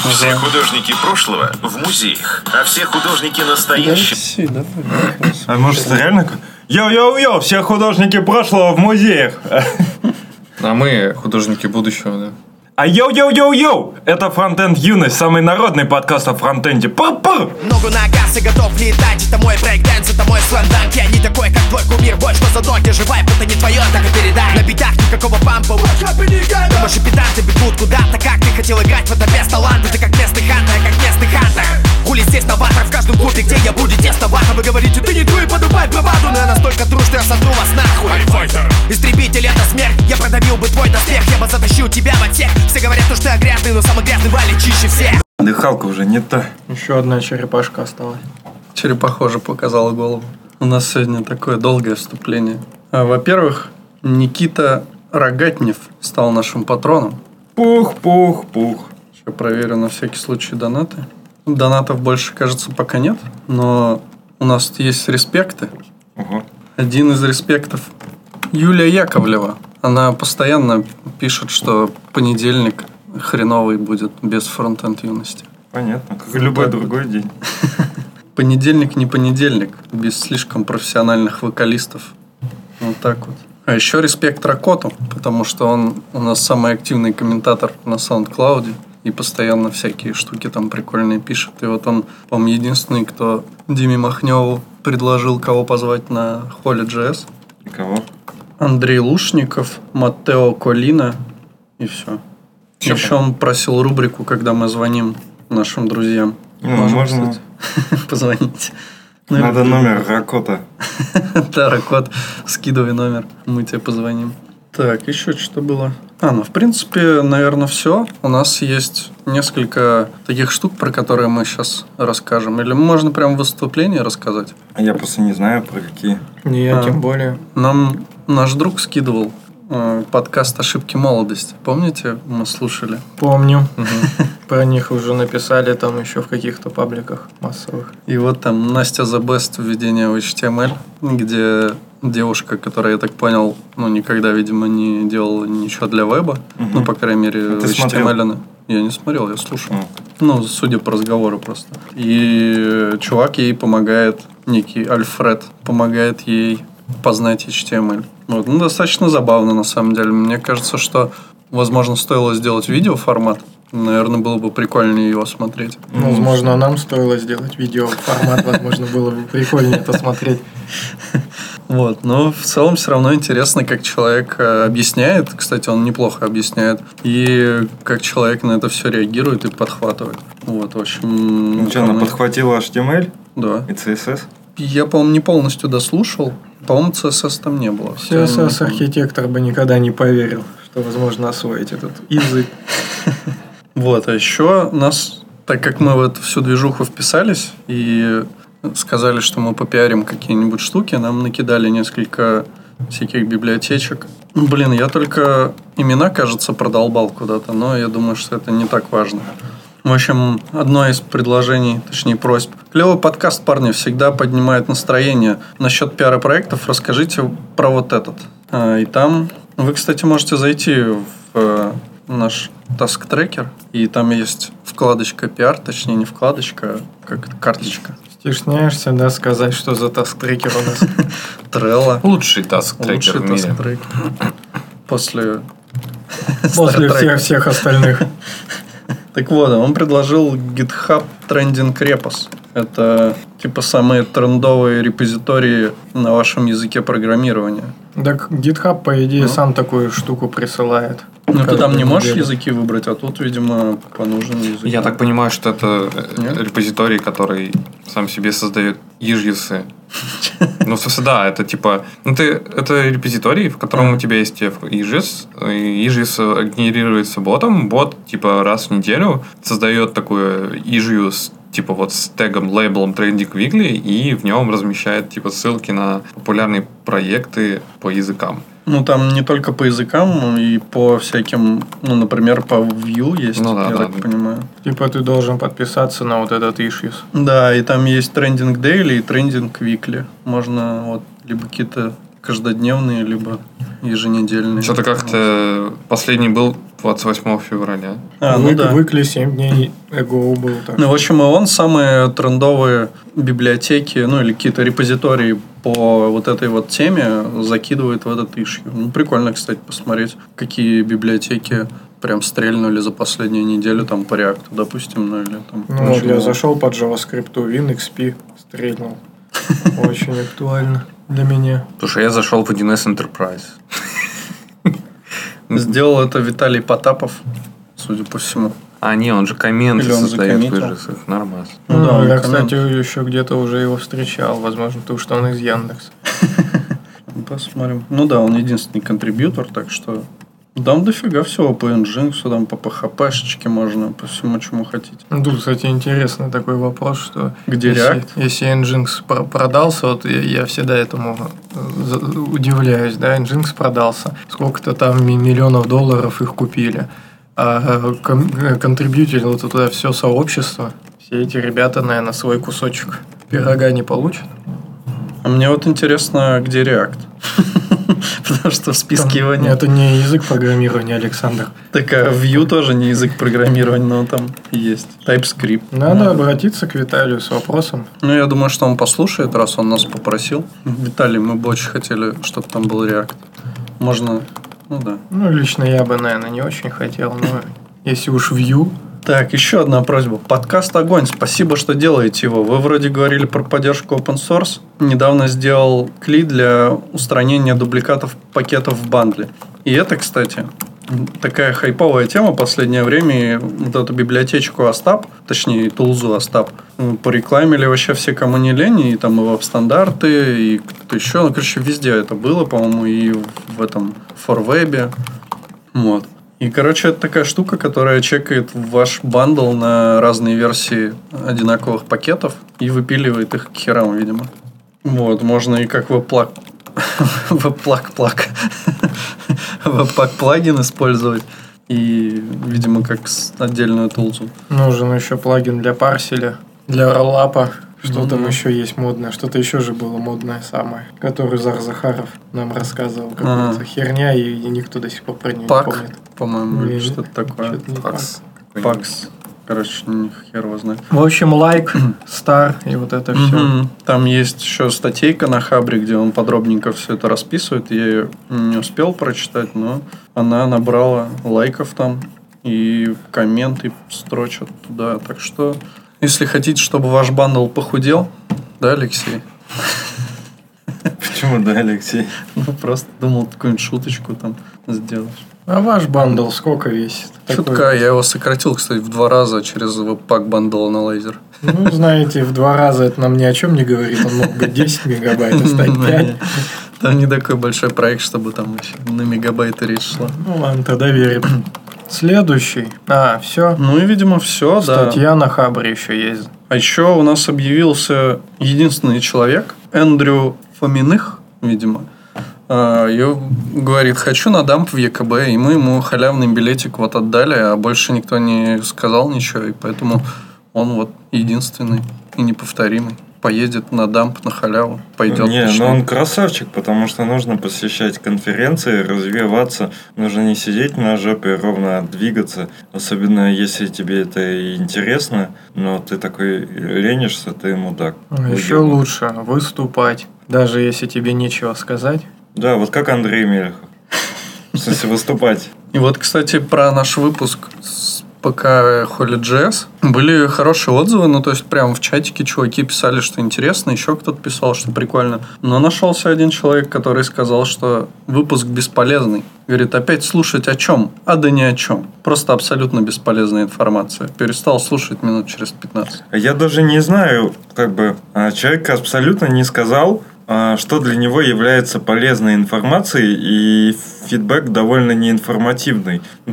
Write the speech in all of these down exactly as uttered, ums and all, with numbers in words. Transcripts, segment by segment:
Все художники прошлого в музеях, а все художники настоящие... Да, а может это реально... Йоу-йоу-йоу, все художники прошлого в музеях. А мы художники будущего, да. А йоу-йоу-йоу-йоу! Это Фронтенд Юность, самый народный подкаст о фронтенде. Пу-пу! Ногу на газ и готов летать. Это мой брейк-дэнс, это мой слэм-данк. Я не такой, как твой кумир. Бой, что за ноги, живая, это не твое, так и передай. На битах никакого пампа. Думаешь, и педанты бегут куда-то. Как ты хотел играть в это без таланта? Ты как местный хантер, как местный хантер. Хули здесь новатор в каждом клубе, где я буду тестовато. Вы говорите, ты не твой, подубай браваду. Но я настолько тру, что я сотру вас нахуй. Истребитель, это смерть. Я продавил бы твой доспех. Я бы затащил тебя в отсек. Все говорят, что я грязный, но самый грязный Валя чище всех. Дыхалка уже не та. Еще одна черепашка осталась. Черепаха уже показала голову. У нас сегодня такое долгое вступление. Во-первых, Никита Рогатнев стал нашим патроном. Пух, пух, пух. Сейчас проверю на всякий случай донаты. Донатов больше, кажется, пока нет. Но у нас есть респекты. Угу. Один из респектов Юлия Яковлева. Она постоянно пишет, что понедельник хреновый будет без фронтенд юности. Понятно, как и любой другой день. Понедельник не понедельник, без слишком профессиональных вокалистов. Вот так вот. А еще респект Ракоту, потому что он у нас самый активный комментатор на SoundCloud и постоянно всякие штуки там прикольные пишет. И вот он, по-моему, единственный, кто Диме Махневу предложил, кого позвать на Holy.js. И кого? Андрей Лушников, Маттео Колина и все. Че Еще он просил рубрику, когда мы звоним нашим друзьям. Ну, Можем, можно позвонить. Надо номер Ракота. Да, Ракот, скидывай номер, мы тебе позвоним. Так, еще что было? А, ну, в принципе, наверное, все. У нас есть несколько таких штук, про которые мы сейчас расскажем. Или можно прям в выступлении рассказать? А я просто не знаю, про какие. Не, я а, тем более. Нам наш друг скидывал э, подкаст «Ошибки молодости». Помните, мы слушали? Помню. Про них уже написали там еще в каких-то пабликах массовых. И вот там Настя The Best введение в эйч ти эм эль, где девушка, которая, я так понял, ну, никогда, видимо, не делала ничего для веба. Угу. Ну, по крайней мере, а в эйч ти эм эль. Я не смотрел, я слушал. Mm. Ну, судя по разговору просто. И чувак ей помогает, некий Альфред, помогает ей познать эйч ти эм эль. Вот. Ну, достаточно забавно, на самом деле. Мне кажется, что, возможно, стоило сделать видеоформат. Наверное, было бы прикольнее его смотреть. Возможно, нам стоило сделать видеоформат. Возможно, было бы прикольнее это смотреть. Вот, но в целом все равно интересно, как человек объясняет. Кстати, он неплохо объясняет. И как человек на это все реагирует и подхватывает. Вот, в общем... Ну, что, она подхватила эйч ти эм эль? Да. И си эс эс? Я, по-моему, не полностью дослушал. По-моему, си эс эс там не было. си эс эс-архитектор бы никогда не поверил, что возможно освоить этот язык. Вот, а еще нас, так как мы в эту всю движуху вписались и сказали, что мы попиарим какие-нибудь штуки, нам накидали несколько всяких библиотечек. Блин, я только имена, кажется, продолбал куда-то, но я думаю, что это не так важно. В общем, одно из предложений, точнее просьб. Клевый подкаст, парни, всегда поднимает настроение. Насчет пиара проектов расскажите про вот этот. А, и там вы, кстати, можете зайти в наш таск-трекер, и там есть вкладочка пиар, точнее не вкладочка, а как карточка. Стесняешься, да, сказать, что за таск-трекер у нас? Трелло. Лучший таск-трекер в мире. После... После всех, всех остальных. Так вот, он предложил GitHub Trending Repos. Это типа самые трендовые репозитории на вашем языке программирования. Так GitHub, по идее, ну? сам такую штуку присылает. Ну, ты там не можешь деле. языки выбрать, а тут, видимо, по нужному языку. Я так понимаю, что это Нет? репозиторий, который сам себе создает ижисы. Ну, в смысле, да, это типа... Ну, ты, это репозиторий, в котором у тебя есть ижис, и ижис генерируется ботом. Бот, типа, раз в неделю создает такую ижью типа вот с тегом, лейблом Trending Weekly, и в нем размещает типа ссылки на популярные проекты по языкам. Ну, там не только по языкам, и по всяким, ну, например, по Vue есть, ну, да, я да, так да. понимаю. Типа ты должен подписаться на вот этот issues. Да, и там есть Trending Daily и Trending Weekly. Можно вот либо какие-то каждодневные, либо еженедельные. Что-то как-то последний был двадцать восьмого февраля. А, ну Вы, да. Выкли семь дней эго был. Так. Ну, в общем, и он самые трендовые библиотеки, ну, или какие-то репозитории по вот этой вот теме закидывает в этот ишью. Ну, прикольно, кстати, посмотреть, какие библиотеки прям стрельнули за последнюю неделю там по реакту, допустим, ну, или там... Ну, вот я ничего. зашел под JavaScript, WinXP стрельнул. Очень актуально для меня. Слушай, я зашел в один эс Enterprise. Сделал это Виталий Потапов, судя по всему. А, не, он же комменты Или он создает в закоммитил. Ижисах. Нормально. Ну Ну, да, он я, коммент. кстати, еще где-то уже его встречал. Возможно, потому что он из Яндекса. Посмотрим. Ну да, он единственный контрибьютор, так что... Там дофига всего по Nginx, там по пи эйч пи-шечке можно, по всему, чему хотите. Ну, тут, кстати, интересный такой вопрос, что Где если, React? если Nginx про- продался, вот я, я всегда этому за- удивляюсь, да, Nginx продался, сколько-то там ми- миллионов долларов их купили, а кон- контрибьютили туда все сообщество, все эти ребята, наверное, свой кусочек пирога не получат. А мне вот интересно, где React? Потому что в списке его нет. Это не язык программирования, Александр. Так, а Vue тоже не язык программирования, но там есть. TypeScript. Надо обратиться к Виталию с вопросом. Ну, я думаю, что он послушает, раз он нас попросил. Виталий, мы бы очень хотели, чтобы там был React. Можно... Ну, да. Ну, лично я бы, наверное, не очень хотел, но если уж Vue... Так, еще одна просьба. Подкаст «Огонь». Спасибо, что делаете его. Вы вроде говорили про поддержку open source. Недавно сделал клей для устранения дубликатов пакетов в бандле. И это, кстати, такая хайповая тема в последнее время. И вот эту библиотечку Остап, точнее, тулзу Остап, порекламили вообще все, кому не лень. И там и веб-стандарты, и кто-то еще. Ну, короче, везде это было, по-моему, и в этом форвебе. Вот. И, короче, это такая штука, которая чекает ваш бандл на разные версии одинаковых пакетов и выпиливает их к херам, видимо. Вот, можно и как веб-плаг... веб-плаг-плаг... веб-пак-плагин использовать. И, видимо, как отдельную тулзу. Нужен еще плагин для парселя, для роллапа. Что Ну там да. еще есть модное? Что-то еще же было модное самое, который Зар Захаров нам рассказывал. Какая-то А. херня, и, и никто до сих пор про нее Пак, не помнит. по-моему, или Не, что-то такое. Что-то не Пакс. так. Пакс. Короче, ни хер его знает. В общем, лайк, стар и вот это все. Мгм. Там есть еще статейка на Хабре, где он подробненько все это расписывает. Я ее не успел прочитать, но она набрала лайков там и комменты строчат туда. Так что, если хотите, чтобы ваш бандл похудел, да, Алексей? Почему да, Алексей? Ну, просто думал, какую-нибудь шуточку там сделаешь. А ваш бандл сколько весит? Шутка, Такой- я его сократил, кстати, в два раза через веб-пак бандл на лазер. Ну, знаете, в два раза это нам ни о чем не говорит. Он мог быть десять мегабайт, а стать пять. Там не такой большой проект, чтобы там еще на мегабайты речь шла. Ну ладно, тогда верим. Следующий. А, все. Ну и, видимо, все, да. Статья на Хабре еще есть. А еще у нас объявился единственный человек, Эндрю Фоминых, видимо. А, и говорит, хочу на дамп в ЕКБ, и мы ему халявный билетик вот отдали, а больше никто не сказал ничего, и поэтому он вот единственный и неповторимый. Поедет на дамп на халяву, пойдет. Не, точнее. ну он красавчик, потому что нужно посещать конференции, развиваться. Нужно не сидеть на жопе, ровно двигаться. Особенно если тебе это интересно, но ты такой ленишься, ты мудак. Еще Уебан. лучше выступать, даже если тебе нечего сказать. Да, вот как Андрей Мелехов. В смысле, выступать. И вот, кстати, про наш выпуск с ПК Holy.js были хорошие отзывы, ну, то есть, прям в чатике чуваки писали, что интересно, еще кто-то писал, что прикольно. Но нашелся один человек, который сказал, что выпуск бесполезный. Говорит, опять слушать о чем? А да ни о чем. Просто абсолютно бесполезная информация. Перестал слушать минут через пятнадцать. Я даже не знаю, как бы, а, человек абсолютно не сказал, а, что для него является полезной информацией, и фидбэк довольно неинформативный. Ну, то есть,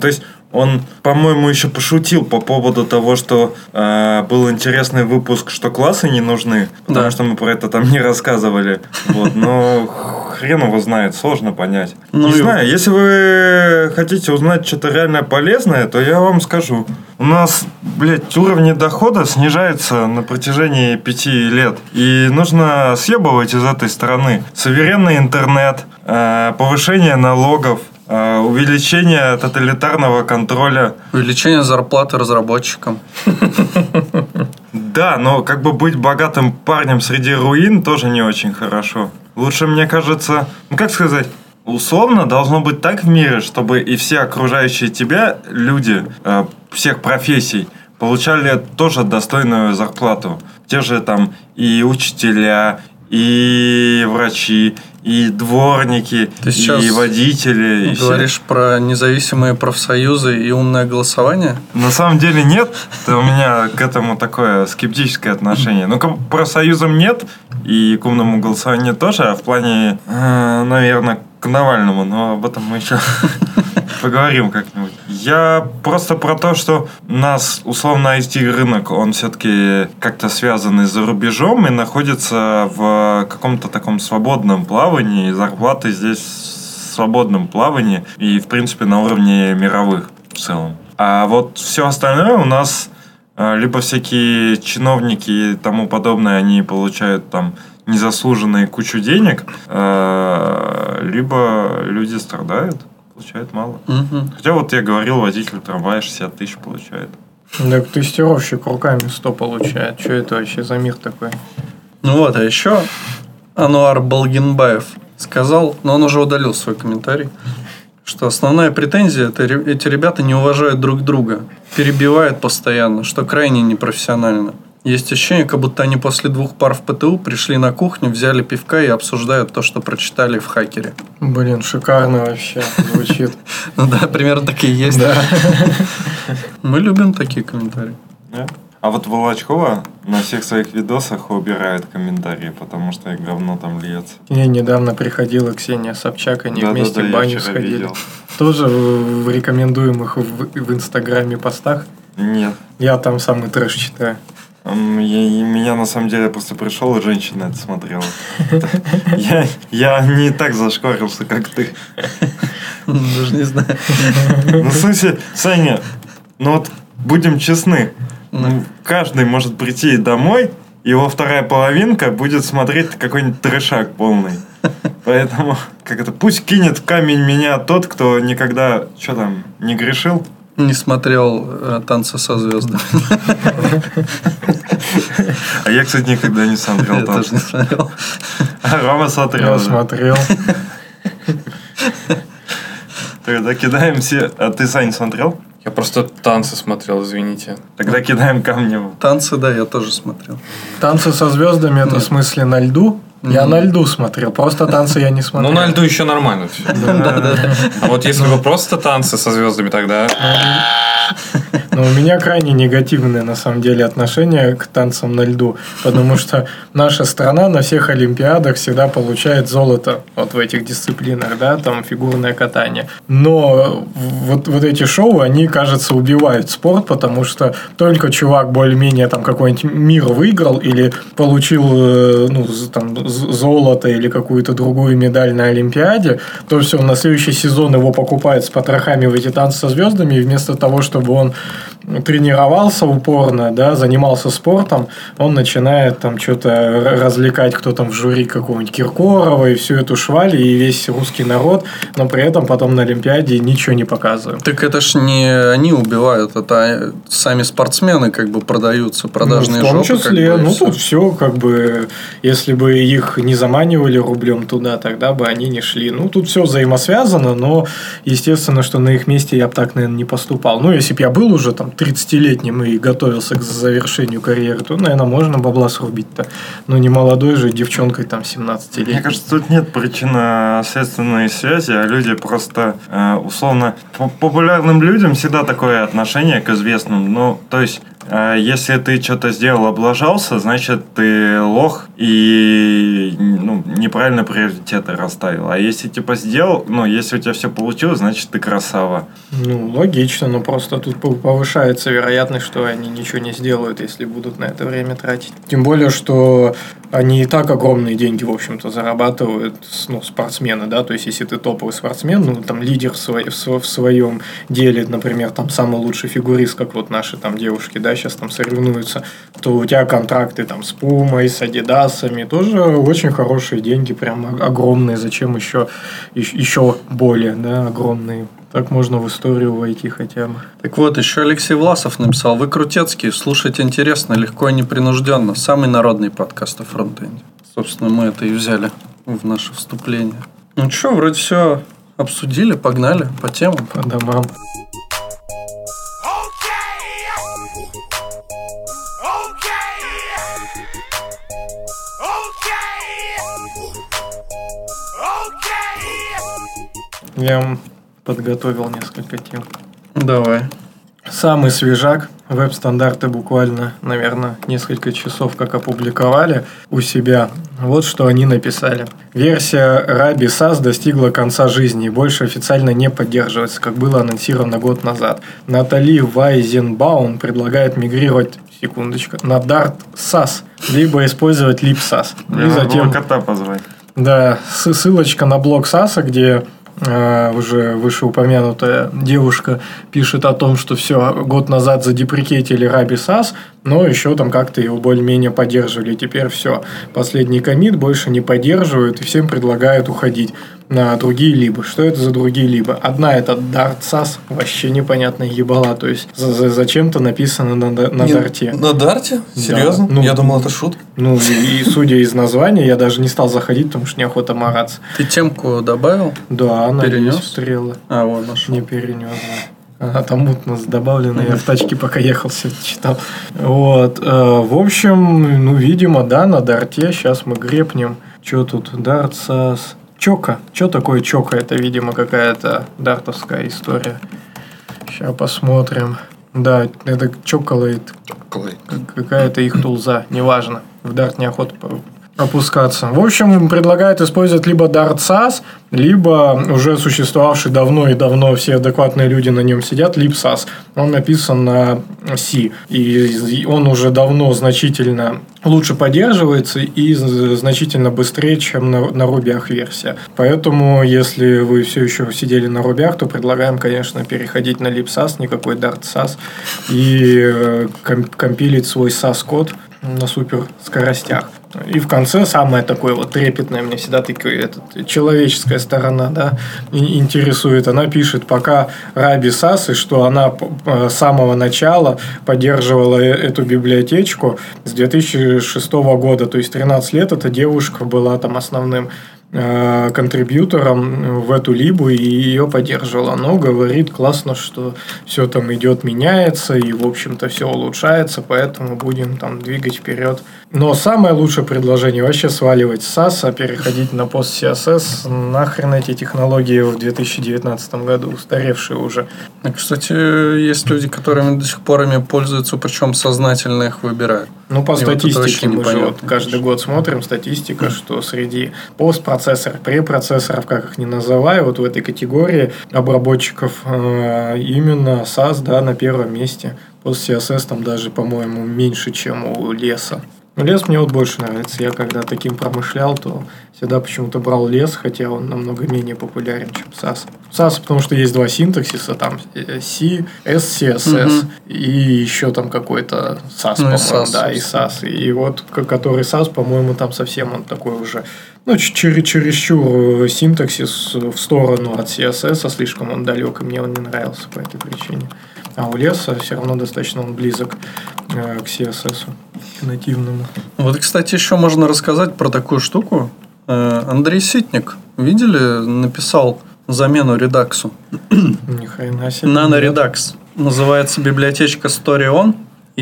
Он, по-моему, еще пошутил по поводу того, что э, был интересный выпуск, что классы не нужны, потому Да. что мы про это там не рассказывали. Вот, но хрен его знает, сложно понять. Ну не и- знаю, если вы хотите узнать что-то реально полезное, то я вам скажу. У нас, блядь, уровни дохода снижаются на протяжении пяти лет. И нужно съебывать из этой страны. Суверенный интернет, э, повышение налогов, э, увеличение тоталитарного контроля. Увеличение зарплаты разработчикам. Да, но как бы быть богатым парнем среди руин тоже не очень хорошо. Лучше, мне кажется, ну как сказать, условно должно быть так в мире, чтобы и все окружающие тебя люди э, всех профессий получали тоже достойную зарплату. Те же там и учителя, и врачи, и дворники, Ты сейчас и водители. И все. Говоришь про независимые профсоюзы и умное голосование? На самом деле нет. Это у меня к этому такое скептическое отношение. Ну, к профсоюзам нет, и к умному голосованию тоже, а в плане, э, наверное, к Навальному, но об этом мы еще поговорим как-нибудь. Я просто про то, что у нас, условно, ай ти-рынок, он все-таки как-то связан и за рубежом, и находится в каком-то таком свободном плавании, и зарплаты здесь в свободном плавании, и, в принципе, на уровне мировых в целом. А вот все остальное у нас э, либо всякие чиновники и тому подобное, они получают там незаслуженные кучу денег, э, либо люди страдают, получают мало. Мгм. Хотя вот я говорил, водитель трамвая шестьдесят тысяч получает. Так тестировщик руками сто получает. Что это вообще за мир такой? Ну вот, а еще Ануар Балгинбаев сказал, но он уже удалил свой комментарий, что основная претензия – это ре- эти ребята не уважают друг друга, перебивают постоянно, что крайне непрофессионально. Есть ощущение, как будто они после двух пар в ПТУ пришли на кухню, взяли пивка и обсуждают то, что прочитали в хакере. Блин, шикарно вообще звучит. Ну да, примерно такие есть. Да. Мы любим такие комментарии. Да? А вот Волочкова на всех своих видосах убирает комментарии, потому что их говно там льется. К ней недавно приходила Ксения Собчак, они Да-да-да, вместе в я баню вчера сходили. видел. Тоже в в рекомендуемых в, в Инстаграме постах. Нет. Я там самый трэш читаю. М, я- и меня на самом деле просто пришел, и женщина это смотрела. Я, я не так зашкварился, как ты. Даже не знаю. Ну, в смысле, Саня, ну вот будем честны. Ну, каждый может прийти домой, его вторая половинка будет смотреть какой-нибудь трешак полный. Поэтому, как это, пусть кинет в камень меня тот, кто никогда, что там, не грешил. Не смотрел э, «Танцы со звездами». А я, кстати, никогда не смотрел Я там. тоже не смотрел. А Рома смотрел. Я да. смотрел. Тогда кидаем все. А ты, Сань, смотрел? Я просто танцы смотрел, извините. Тогда кидаем камнем. «Танцы», да, я тоже смотрел. Танцы со звездами это в смысле на льду? Я Мгм. на льду смотрел. Просто танцы я не смотрел. Ну, на льду еще нормально все. А вот если бы просто танцы со звездами, тогда... Но у меня крайне негативное, на самом деле, отношение к танцам на льду. Потому что наша страна на всех олимпиадах всегда получает золото вот в этих дисциплинах, да, там фигурное катание. Но вот, вот эти шоу, они, кажется, убивают спорт, потому что только чувак более-менее там какой-нибудь мир выиграл или получил э, ну, з- там, з- золото или какую-то другую медаль на Олимпиаде, то все, на следующий сезон его покупают с потрохами в эти танцы со звездами, и вместо того, чтобы он тренировался упорно, да, занимался спортом, он начинает там что-то р- развлекать, кто там в жюри какого-нибудь Киркорова и всю эту шваль, и весь русский народ, но при этом потом на Олимпиаде ничего не показывают. Так это ж не они убивают, это сами спортсмены как бы продаются, продажные Ну, в том жопы. числе, как бы, и ну всё. тут все как бы, если бы их не заманивали рублем туда, тогда бы они не шли. Ну тут все взаимосвязано, но естественно, что на их месте я бы так, наверное, не поступал. Ну если бы я был уже там тридцатилетним и готовился к завершению карьеры, то, наверное, можно бабла срубить-то. Но не молодой же девчонкой там семнадцатилетней. Мне кажется, тут нет причинно-следственной связи, а люди просто, э, условно, по популярным людям всегда такое отношение к известным. Ну, то есть, А если ты что-то сделал, облажался, значит, ты лох и ну, неправильно приоритеты расставил. А если типа сделал, ну, если у тебя все получилось, значит, ты красава. Ну, логично, но просто тут повышается вероятность, что они ничего не сделают, если будут на это время тратить. Тем более, что они и так огромные деньги, в общем-то, зарабатывают, ну, спортсмены, да, то есть, если ты топовый спортсмен, ну, там, лидер в, свой, в своем деле, например, там, самый лучший фигурист, как вот наши там девушки, да, сейчас там соревнуются, то у тебя контракты там с Пумой, с Адидасами, тоже очень хорошие деньги, прям огромные, зачем еще, еще более, да, огромные. Так можно в историю войти хотя бы. Так вот, еще Алексей Власов написал: вы крутецкие, слушать интересно, легко и непринужденно. Самый народный подкаст о фронтенде. Собственно, мы это и взяли в наше вступление. Ну что, вроде все обсудили, погнали по темам. По домам. Я подготовил несколько тем. Давай. Самый свежак. Веб-стандарты буквально, наверное, несколько часов как опубликовали у себя. Вот что они написали. Версия Ruby эс эй эс достигла конца жизни и больше официально не поддерживается, как было анонсировано год назад. Натали Вайзенбаум предлагает мигрировать, секундочку, на Dart эс эй эс, либо использовать libsas. И затем кота позвать. Да, ссылочка на блог Саса, где Uh, уже вышеупомянутая девушка пишет о том, что все, год назад задеприкетили Ruby эс эй эс, но еще там как-то его более-менее поддерживали. Теперь все, последний коммит больше не поддерживают и всем предлагают уходить на другие либо. Что это за другие либо? Одна это Dart эс эй эс, вообще непонятная ебала, то есть зачем-то написано на, на Не, Дарте. На Дарте? Серьезно? Да. Ну, я думал, это шутка. Ну, и, и судя из названия, я даже не стал заходить, потому что неохота мараться. Ты темку добавил? Да, она перенес? есть стрела. А, вот нашел. Не перенес, да. Она там мутно добавлена, я в тачке пока ехал, все это читал. Вот. В общем, ну, видимо, да, на Дарте. Сейчас мы грепнем. Что тут? Dart эс эй эс. Чока. Что такое чока? Это, видимо, какая-то дартовская история. Сейчас посмотрим. Да, это чоколейт. Какая-то их тулза. Неважно. В Dart неохота опускаться. В общем, предлагают использовать либо Dart эс эй эс, либо уже существовавший давно и давно, все адекватные люди на нем сидят, libsas. Он написан на C. И он уже давно значительно лучше поддерживается и значительно быстрее, чем на, на рубях версия. Поэтому, если вы все еще сидели на рубях, то предлагаем, конечно, переходить на libsas, никакой Dart эс эй эс, и компилить свой эс эй эс-код на супер скоростях. И в конце самое такое вот трепетное, мне всегда такое, этот, человеческая сторона, да, интересует. Она пишет, пока Ruby эс эй эс, и что она с самого начала поддерживала эту библиотечку с две тысячи шестого года, то есть тринадцать лет эта девушка была там основным контрибьютором в эту либу и ее поддерживала. Но говорит классно, что все там идет, меняется и, в общем-то, все улучшается, поэтому будем там двигать вперед. Но самое лучшее предложение вообще сваливать с эй эс, а переходить на пост-си эс эс. Нахрен эти технологии в две тысячи девятнадцатом году, устаревшие уже. Кстати, есть люди, которыми до сих пор ими пользуются, причем сознательно их выбирают. Ну, по и статистике вот мы же вот каждый год смотрим статистика, mm. что среди постпроцессоров, препроцессоров, как их ни называю, вот в этой категории обработчиков э, именно эс эй эс, да, на первом месте. Пост-си эс эс там даже, по-моему, меньше, чем у леса. Ну, лес мне вот больше нравится. Я когда таким промышлял, то всегда почему-то брал лес, хотя он намного менее популярен, чем эс эй эс. эс эй эс, потому что есть два синтаксиса, там C, эс си эс эс, угу. и еще там какой-то эс эй эс, ну, по-моему, эс эй эс, да, и эс эй эс. И вот, который эс эй эс, по-моему, там совсем он такой уже, ну, чер- чересчур синтаксис в сторону от си эс эс, слишком он далек, и мне он не нравился по этой причине. А у леса все равно достаточно он близок э, к си эс эс, к нативному. Вот, кстати, еще можно рассказать про такую штуку. Э, Андрей Ситник, видели, написал замену редаксу. Ни хрена себе. Nanoredux. Называется библиотечка StoryOn.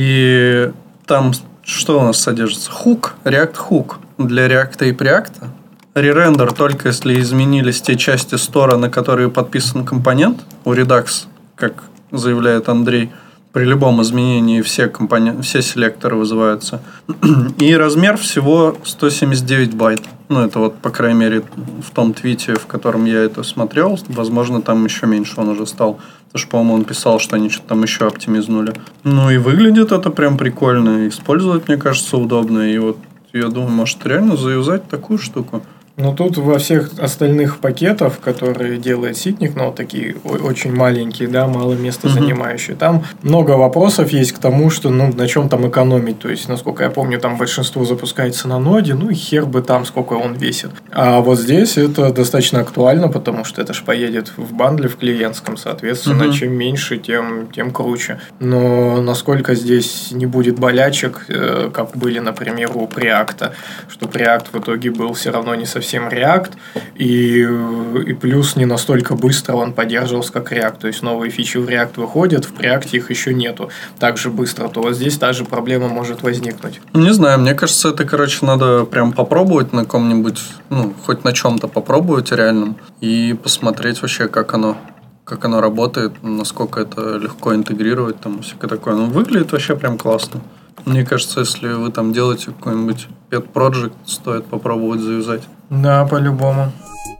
И там что у нас содержится? Хук, React Hook для React и Preact. Ререндер только если изменились те части стора, на которые подписан компонент. У Redux, как заявляет Андрей, При любом изменении все, компони... все селекторы вызываются. И размер всего сто семьдесят девять байт. Ну, это вот, по крайней мере, в том твите, в котором я это смотрел. Возможно, там еще меньше он уже стал. Потому что, по-моему, он писал, что они что-то там еще оптимизнули. Ну, и выглядит это прям прикольно. И использовать, мне кажется, удобно. И вот я думаю, может реально заюзать такую штуку. Ну, тут во всех остальных пакетах, которые делает Ситник, ну, вот такие очень маленькие, да, мало места mm-hmm. занимающие, там много вопросов есть к тому, что, ну, на чем там экономить. То есть, насколько я помню, там большинство запускается на ноде, ну, и хер бы там, сколько он весит. А вот здесь это достаточно актуально, потому что это ж поедет в бандле в клиентском, соответственно, mm-hmm. чем меньше, тем, тем круче. Но насколько здесь не будет болячек, как были, например, у Preact, что Preact в итоге был все равно не совсем React, и, и плюс не настолько быстро он поддерживался, как React. То есть новые фичи в React выходят, в Preact их еще нету так же быстро, то вот здесь та же проблема может возникнуть. Не знаю, мне кажется, это, короче, надо прям попробовать на ком-нибудь, ну, хоть на чем-то попробовать реальном, и посмотреть вообще, как оно как оно работает, насколько это легко интегрировать, там, всякое такое. Ну, выглядит вообще прям классно. Мне кажется, если вы там делаете какой-нибудь pet project, стоит попробовать завязать. Да, по-любому.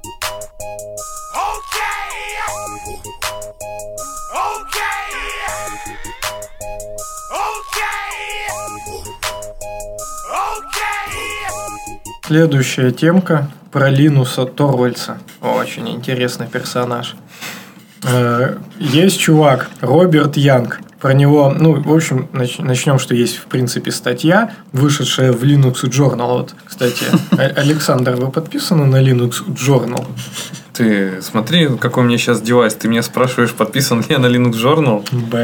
Следующая темка про Линуса Торвальдса. Очень интересный персонаж. Есть чувак, Роберт Янг. Про него, ну, в общем, начнем, что есть, в принципе, статья, вышедшая в Linux Journal. Вот, кстати, Александр, вы подписаны на Linux Journal? Ты смотри, какой у меня сейчас девайс. Ты меня спрашиваешь, подписан ли я на Linux Journal?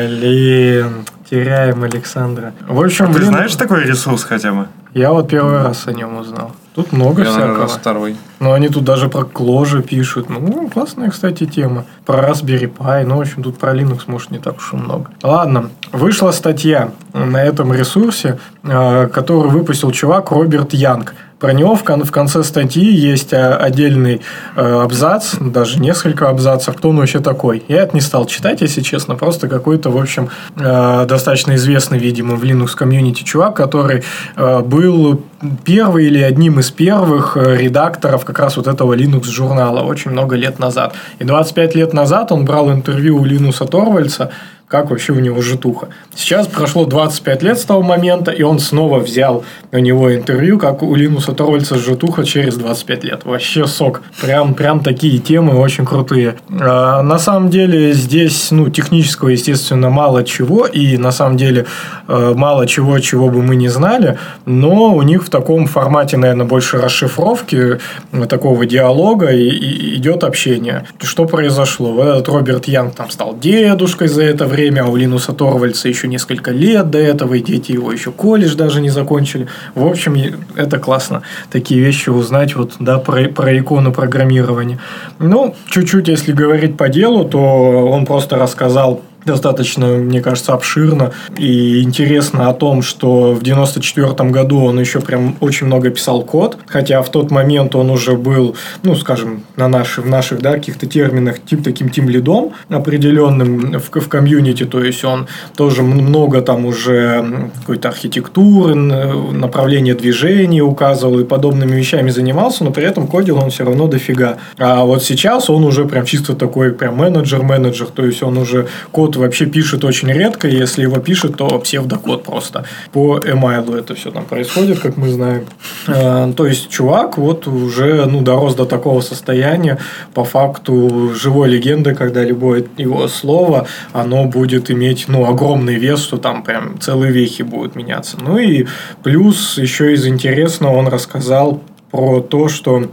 Блин, теряем Александра. В общем, а ты Linux... знаешь такой ресурс хотя бы? Я вот первый раз о нем узнал. Тут много я, всякого. Наверное, второй. Но они тут даже про Clojure пишут. Ну, классная, кстати, тема. Про Raspberry Pi. Ну, в общем, тут про Linux, может, не так уж и много. Ладно. Вышла статья на этом ресурсе, которую выпустил чувак Роберт Янг. Про него в, кон- в конце статьи есть отдельный э, абзац, даже несколько абзацев, кто он вообще такой. Я это не стал читать, если честно, просто какой-то, в общем, э, достаточно известный, видимо, в Linux комьюнити чувак, который э, был первый или одним из первых редакторов как раз вот этого Linux журнала очень много лет назад. И двадцать пять лет назад он брал интервью у Линуса Торвальдса, как вообще у него житуха. Сейчас прошло двадцать пять лет с того момента, и он снова взял у него интервью, как у Линуса Торвальдса житуха через двадцать пять лет. Вообще сок. Прям, прям такие темы очень крутые. А, на самом деле здесь, ну, технического, естественно, мало чего, и на самом деле мало чего, чего бы мы не знали, но у них в таком формате, наверное, больше расшифровки, такого диалога и, и идет общение. Что произошло? Вот этот Роберт Янг там стал дедушкой за это время, а у Линуса Торвальдса еще несколько лет до этого, и дети его еще колледж даже не закончили. В общем, это классно, такие вещи узнать вот, да, про, про икону программирования. Ну, чуть-чуть, если говорить по делу, то он просто рассказал достаточно, мне кажется, обширно и интересно о том, что в девяносто четвёртом году он еще прям очень много писал код, хотя в тот момент он уже был, ну, скажем, на наших, в наших, да, каких-то терминах тип, таким тимлидом определенным в, в комьюнити, то есть он тоже много там уже какой-то архитектуры, направления движения указывал и подобными вещами занимался, но при этом кодил он все равно дофига. А вот сейчас он уже прям чисто такой прям менеджер-менеджер, то есть он уже код вообще пишет очень редко, если его пишет, то псевдокод просто. По эмайлу это все там происходит, как мы знаем. А, то есть, чувак вот уже, ну, дорос до такого состояния, по факту живой легенды, когда любое его слово, оно будет иметь, ну, огромный вес, что там прям целые вехи будут меняться. Ну и плюс еще из интересного он рассказал про то, что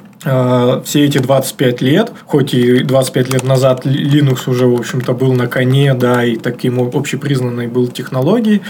все эти двадцать пять лет, хоть и двадцать пять лет назад Linux уже, в общем-то, был на коне, да, и таким общепризнанной был технологией,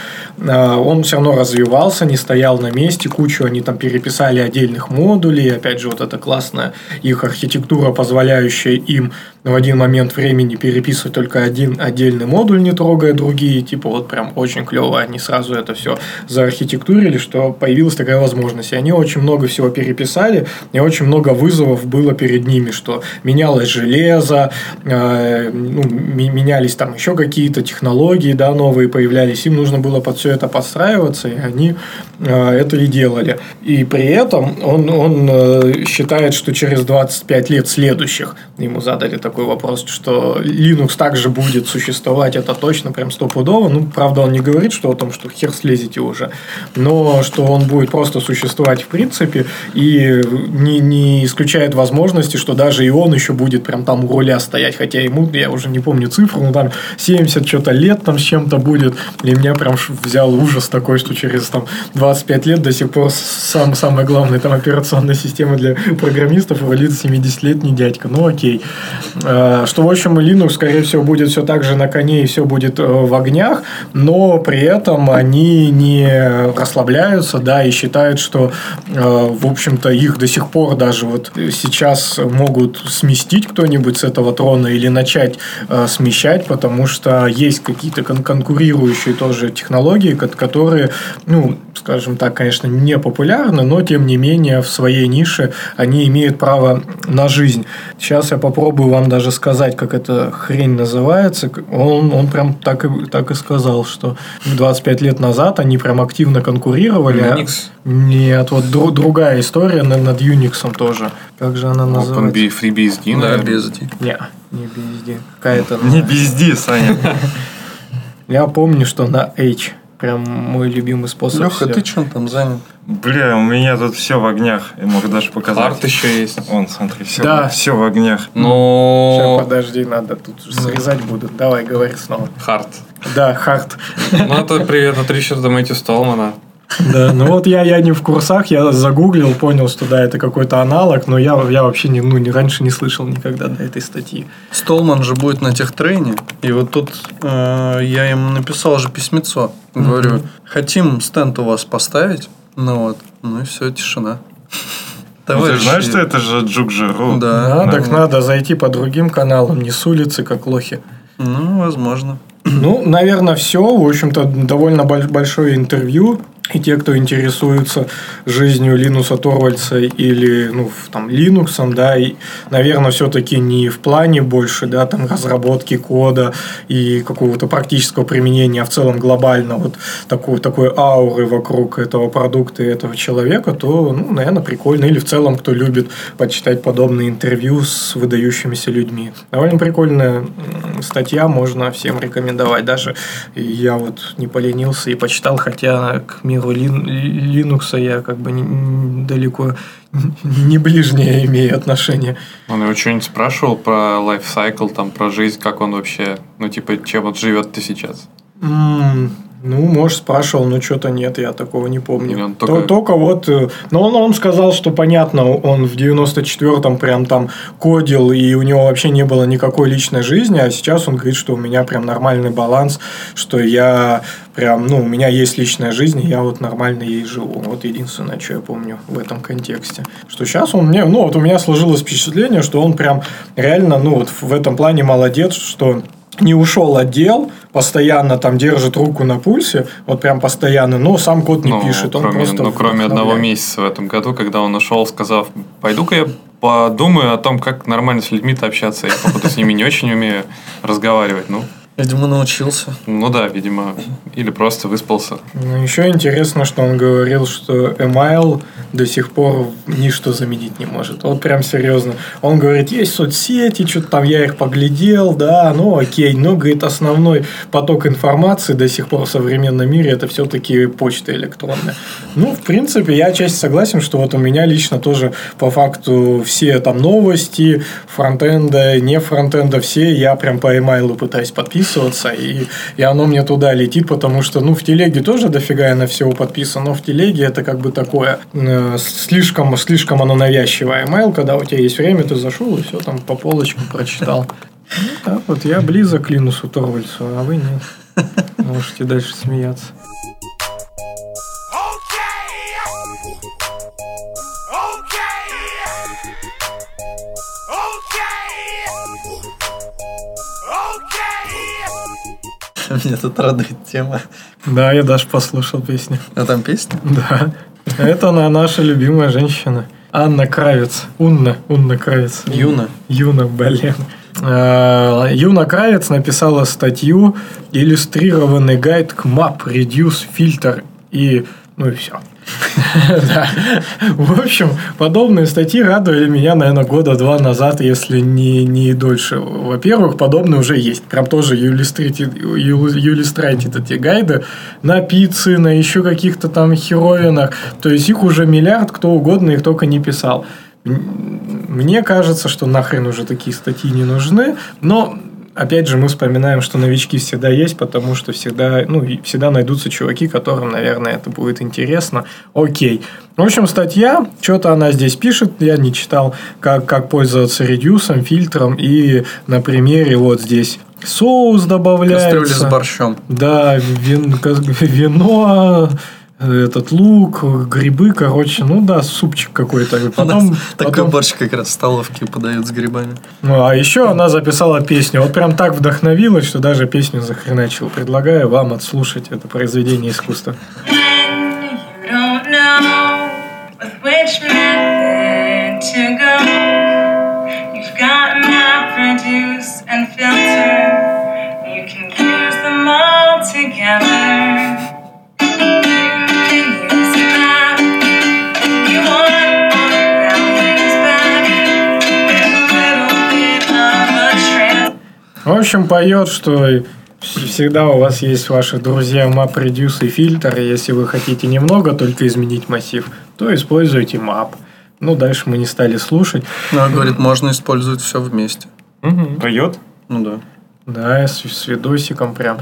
он все равно развивался, не стоял на месте, кучу они там переписали отдельных модулей, опять же, вот эта классная их архитектура, позволяющая им в один момент времени переписывать только один отдельный модуль, не трогая другие, типа вот прям очень клево, они сразу это все заархитектурили, что появилась такая возможность, и они очень много всего переписали, и очень много вызовов было перед ними, что менялось железо, э, ну, менялись там еще какие-то технологии, да, новые появлялись, им нужно было под все это подстраиваться, и они э, это и делали. И при этом он, он э, считает, что через двадцать пять лет следующих, ему задали такой вопрос, что Linux также будет существовать, это точно, прям стопудово. Ну, правда, он не говорит, что о том, что хер слезете уже, но что он будет просто существовать в принципе и не, не исключает возможности, что даже и он еще будет прям там у руля стоять, хотя ему, я уже не помню цифру, но там семьдесят что-то лет там с чем-то будет, и меня прям взял ужас такой, что через там двадцать пять лет до сих пор сам, самая главная там операционная система для программистов валит семидесятилетний дядька. Ну, окей. Что, в общем, Linux, скорее всего, будет все так же на коне и все будет в огнях, но при этом они не расслабляются, да, и считают, что, в общем-то, их до сих пор даже вот сейчас могут сместить кто-нибудь с этого трона или начать смещать, потому что есть какие-то кон- конкурирующие тоже технологии, которые, ну, скажем так, конечно, не популярны, но, тем не менее, в своей нише они имеют право на жизнь. Сейчас я попробую вам даже сказать, как эта хрень называется. Он, он прям так и, так и сказал, что двадцать пять лет назад они прям активно конкурировали. Unix? Нет, вот дру, другая история над, над Unix тоже. Как же она называется? FreeBSD, Да, наверное. би эс ди. Не, не би эс ди. Какая-то... Не пизди, Саня. Я помню, что на H. Прям мой любимый способ. Леха, всё. ты чем там занят? Бля, у меня тут все в огнях. Я могу даже показать. Хард еще есть. Вон, смотри, все, Да. все в огнях. Сейчас, Но... подожди, надо тут же срезать будут. Давай, говори снова. Хард. Да, хард. Ну, это привет от Ричарда Мэтью Столмана. Да, ну вот я, я не в курсах, я загуглил, понял, что да, это какой-то аналог, но я, я вообще не, ну, не, раньше не слышал никогда до этой статьи. Столман же будет на техтрейне, и вот тут э, я ему написал же письмецо. Говорю, Мгм. хотим стенд у вас поставить, ну вот, ну и все, тишина. Ну, ты Товарищи, знаешь, что это же Джук.жиру? Да. Да, так ну, надо зайти по другим каналам, не с улицы, как лохи. Ну, возможно. Ну, наверное, все. В общем-то, довольно боль- большое интервью. И те, кто интересуется жизнью Линуса Торвальдса или, ну, в- там, Линуксом, да, и, наверное, все-таки не в плане больше, да, там, разработки кода и какого-то практического применения, а в целом глобально вот такой, такой ауры вокруг этого продукта и этого человека, то, ну, наверное, прикольно. Или в целом, кто любит почитать подобные интервью с выдающимися людьми. Довольно прикольная м, статья, можно всем рекомендовать. Даже я вот не поленился и почитал, хотя к миру Лин- Линукса я как бы не- не- далеко не ближнее имею отношение. Он его что-нибудь спрашивал про лайфсайкл, там, про жизнь, как он вообще, ну, типа, чем вот живет-то сейчас? М, Ну, может, спрашивал, но что-то нет, я такого не помню. Или он То- только- Только вот... э, Но он, он сказал, что понятно, он в девяносто четвёртом прям там кодил, и у него вообще не было никакой личной жизни, а сейчас он говорит, что у меня прям нормальный баланс, что я прям, ну, у меня есть личная жизнь, и я вот нормально ей живу. Вот единственное, что я помню в этом контексте. Что сейчас он мне... Ну, вот у меня сложилось впечатление, что он прям реально, ну, вот в этом плане молодец, что... не ушел от дел, постоянно там держит руку на пульсе, вот прям постоянно, но сам код не Ну, пишет, он кроме, просто ну, кроме одного вдохновляет. месяца в этом году, когда он ушел, сказав, пойду-ка я подумаю о том, как нормально с людьми-то общаться. Я, походу, с ними не очень умею разговаривать. Ну, Видимо, научился. ну да, видимо. Или просто выспался. Ну, еще интересно, что он говорил, что email до сих пор ничто заменить не может. Вот прям серьезно. Он говорит, есть соцсети, что-то там я их поглядел, да, ну окей. Но, говорит, основной поток информации до сих пор в современном мире это все-таки почта электронная. Ну, в принципе, я отчасти согласен, что вот у меня лично тоже по факту все там новости, фронтенда, не фронтенда, все я прям по email пытаюсь подписываться, и, и оно мне туда летит, потому что, ну, в телеге тоже дофига я на всего подписан, но в телеге это как бы такое, э, слишком, слишком оно навязчивое. Email, когда у тебя есть время, ты зашел и все там по полочкам прочитал. Ну, так вот, я близок к Линусу Торвальдсу, а вы нет. Можете дальше смеяться. Меня тут радует тема. Да, я даже послушал песню. А там песня? Да. Это она, наша любимая женщина. Анна Кравец. Унна. Унна Кравец. Юна. Юна, блин. Юна Кравец написала статью «Иллюстрированный гайд к Map, Reduce, Filter» и... ну и все. В общем, подобные статьи радовали меня, наверное, года два назад, если не, не дольше. Во-первых, подобные уже есть. Прям тоже иллюстрайтед эти гайды на пиццы, на еще каких-то там херовинах. То есть их уже миллиард, кто угодно их только не писал. Мне кажется, что нахрен уже такие статьи не нужны, но... Опять же, мы вспоминаем, что новички всегда есть, потому что всегда, ну, всегда найдутся чуваки, которым, наверное, это будет интересно. Окей. В общем, статья, что-то она здесь пишет, я не читал, как, как пользоваться редюсом, фильтром, и на примере вот здесь соус добавляется. Кастрюля с борщом. Да, вин, вино... этот лук, грибы, короче, ну да, супчик какой-то. Потом, такой потом... борщ как раз в столовке подают с грибами. Ну, а еще она записала песню. Вот прям так вдохновилась, что даже песню захреначила. Предлагаю вам отслушать это произведение искусства. В общем, поет, что всегда у вас есть ваши друзья Map, Reduce и фильтр. Если вы хотите немного только изменить массив, то используйте Map. Ну, дальше мы не стали слушать. Ну, говорит, можно использовать все вместе. Угу. Поет? Ну да. Да, с, с видосиком прям.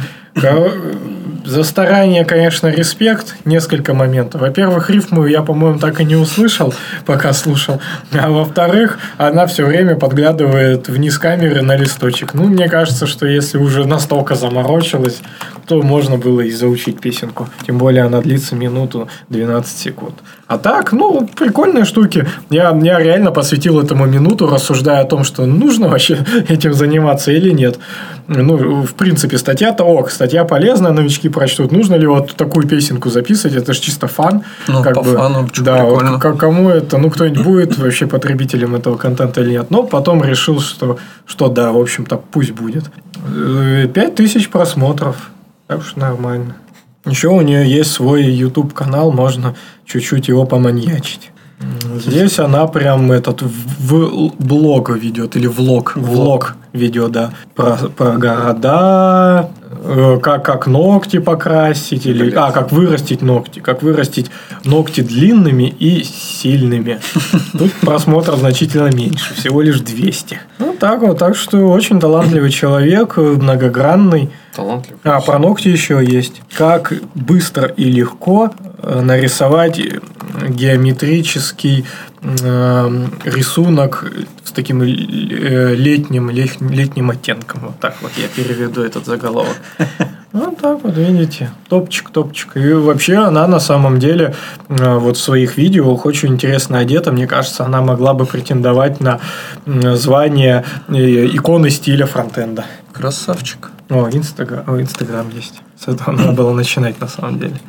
За старание, конечно, респект. Несколько моментов. Во-первых, рифму я, по-моему, так и не услышал, пока слушал. А во-вторых, она все время подглядывает вниз камеры на листочек. Ну, мне кажется, что если уже настолько заморочилась, то можно было и заучить песенку. Тем более, она длится минуту двенадцать секунд. А так, ну, прикольные штуки. Я, я реально посвятил этому минуту, рассуждая о том, что нужно вообще этим заниматься или нет. Ну, в принципе, статья-то ок. Статья полезная, новички прочтут. Нужно ли вот такую песенку записывать? Это же чисто фан. Ну, как по бы, фану, да, прикольно. вот, кому это, ну, кто-нибудь будет вообще потребителем этого контента или нет. Но потом решил, что, что да, в общем-то, пусть будет. Пять тысяч просмотров. Так что нормально. Еще у нее есть свой YouTube-канал, можно чуть-чуть его поманьячить. Здесь она прям этот в блог ведет, или влог, влог ведет, да, про, про города, как, как ногти покрасить, или, а, как вырастить ногти, как вырастить ногти длинными и сильными. Тут просмотров значительно меньше, всего лишь двести. Ну, так вот, так что очень талантливый человек, многогранный. Талантливый. А, про ногти еще есть. Как быстро и легко нарисовать геометрический э, рисунок с таким летним, летним оттенком. Вот так вот я переведу этот заголовок. Вот так вот, видите. Топчик, топчик. И вообще она на самом деле вот в своих видео очень интересно одета. Мне кажется, она могла бы претендовать на звание иконы стиля фронтенда. Красавчик. О, Инстаграм, о, Инстаграм есть. С этого надо было начинать на самом деле.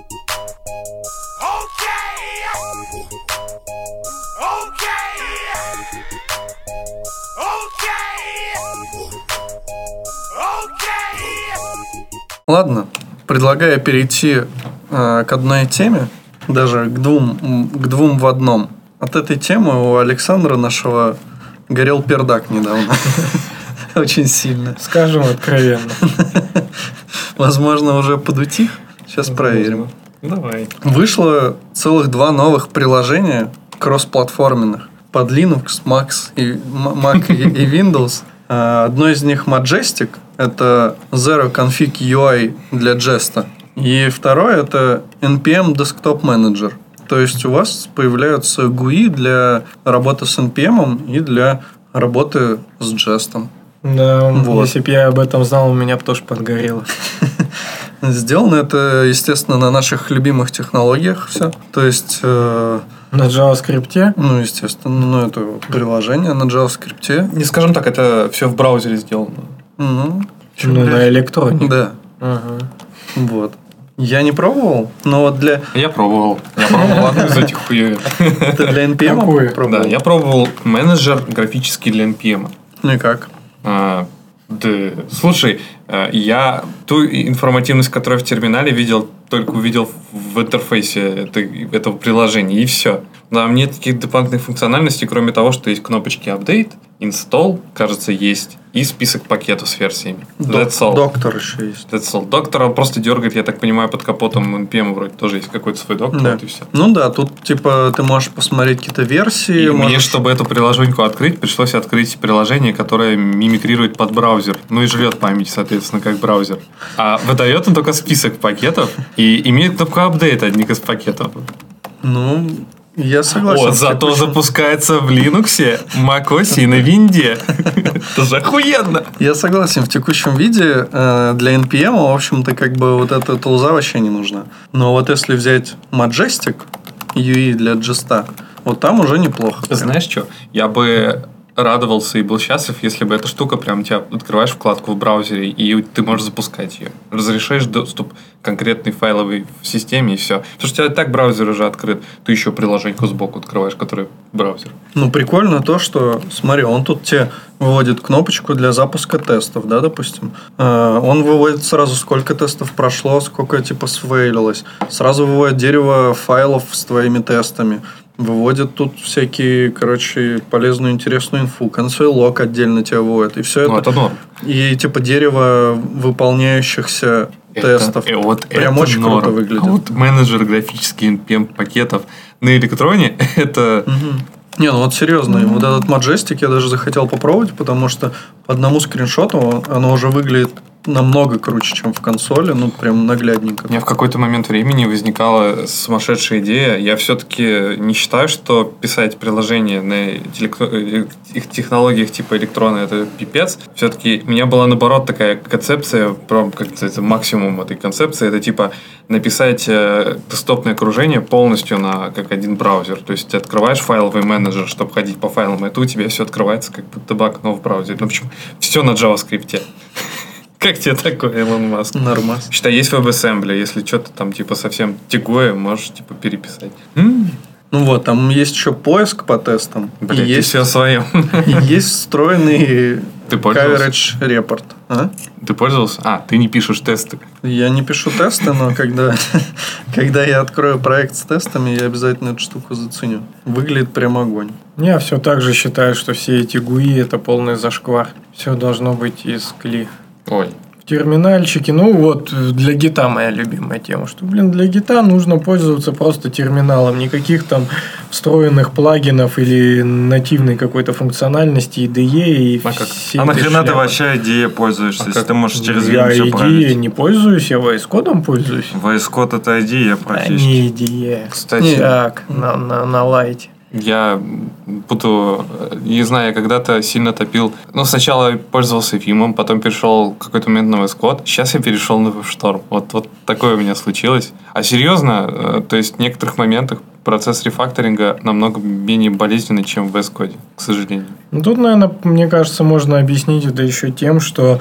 Ладно, предлагаю перейти э, к одной теме, даже к двум, к двум в одном. От этой темы у Александра нашего горел пердак недавно. Очень сильно. Скажем откровенно. Возможно, уже подутих. Сейчас проверим. Давай. Вышло целых два новых приложения кроссплатформенных под Linux, Mac и, Mac и, и Windows. Одно из них Majestic. Это Zero Config ю ай для Jest. И второе это эн пи эм Desktop Manager. То есть у вас появляются джи ю ай для работы с эн пи эм и для работы с Jest. Да, вот. Если бы я об этом знал, у меня бы тоже подгорело. Сделано это, естественно, на наших любимых технологиях все. То есть... Э, на JavaScript? Ну, естественно. Ну, это приложение на JavaScript. Не скажем так, это все в браузере сделано. Ну, ну на электроне. Да. Ага. Вот. Я не пробовал, но вот для... Я пробовал. Я пробовал одну из этих хуёвин. Ты для эн пи эм пробовал? Да, я пробовал менеджер графический для эн пи эм. Ну и как? А, да, слушай, я ту информативность, которую в терминале видел, только увидел в интерфейсе этой, этого приложения, и все. Там нет таких дополнительных функциональностей, кроме того, что есть кнопочки Update, Install, кажется, есть, и список пакетов с версиями. That's all. Доктор еще есть. That's all. Доктор он просто дергает, я так понимаю, под капотом эн пи эм вроде тоже есть какой-то свой доктор, Да. вот и все. Ну да, тут типа ты можешь посмотреть какие-то версии. И можешь... мне, чтобы эту приложеньку открыть, пришлось открыть приложение, которое мимикрирует под браузер. Ну и жрет память, соответственно, как браузер. А выдает он только список пакетов и имеет кнопку Update одних из пакетов. Ну, я согласен. Вот, зато Текущем- запускается в Linux, macOS и на винде. Это же охуенно! Я согласен, в текущем виде э, для эн пи эм, в общем-то, как бы вот эта тулза вообще не нужна. Но вот если взять Majestic, ю и для джеста, вот там уже неплохо. прям. Знаешь что? Я бы радовался и был счастлив, если бы эта штука прям у тебя открываешь вкладку в браузере, и ты можешь запускать ее. Разрешаешь доступ конкретный файловый в системе, и все. Потому что у тебя и так браузер уже открыт. Ты еще приложеньку сбоку открываешь, который браузер. Ну, прикольно то, что, смотри, он тут тебе выводит кнопочку для запуска тестов, да, допустим. Э, Он выводит сразу, сколько тестов прошло, сколько, типа, сфейлилось. Сразу выводит дерево файлов с твоими тестами. Выводит тут всякие, короче, полезную, интересную инфу. Консоль лог отдельно тебя выводит. И все Ну, это. это норм. И, типа, дерево выполняющихся тестов. Это, э, вот Прям это очень норм. круто выглядит. А вот менеджер графический эн пи эм пакетов на электроне, это... Не, ну вот серьезно, mm-hmm. вот этот Majestic я даже захотел попробовать, потому что по одному скриншоту оно уже выглядит намного круче, чем в консоли, ну прям наглядненько. У меня в какой-то момент времени возникала сумасшедшая идея. Я все-таки не считаю, что писать приложение на телекно- их технологиях типа электрона это пипец. Все-таки у меня была наоборот такая концепция, прям как-то это максимум этой концепции, это типа написать э, десктопное окружение полностью на как один браузер. То есть ты открываешь файловый менеджер, чтобы ходить по файлам, и это у тебя все открывается как будто бы окно в браузере. Ну почему? Все на JavaScript. Как тебе такое, Илон Маск? Нормас. Считай, есть WebAssembly. Если что-то там типа совсем тягое, можешь типа переписать. М-м. Ну вот, там есть еще поиск по тестам. Блядь, и ты есть, все о своем. и есть встроенный Ты пользовался? coverage report. А? Ты пользовался? А, ты не пишешь тесты. Я не пишу тесты, но когда, когда я открою проект с тестами, я обязательно эту штуку заценю. Выглядит прям огонь. Я все так же считаю, что все эти гуи это полный зашквар. Все должно быть из кли. Ой. В терминальчике, ну вот для гита моя любимая тема, что, блин, для гита нужно пользоваться просто терминалом, никаких там встроенных плагинов или нативной какой-то функциональности, и ди и А как? все А эти нахрена ты шляпы. вообще ай ди и пользуешься, А если как? ты можешь через Я Vim все ай ди и править? не пользуюсь, я ви эс Code пользуюсь. ви эс Code это ай ди и А практически. не ай ди и. Кстати, Так, на, на, на лайте. я буду... Не знаю, я когда-то сильно топил... Ну, сначала пользовался Vim, потом перешел в какой-то момент на ви эс Code. Сейчас я перешел на WebStorm. Вот, вот такое у меня случилось. А серьезно, э, то есть в некоторых моментах процесс рефакторинга намного менее болезненный, чем в ви эс Code, к сожалению. Ну, тут, наверное, мне кажется, можно объяснить это еще тем, что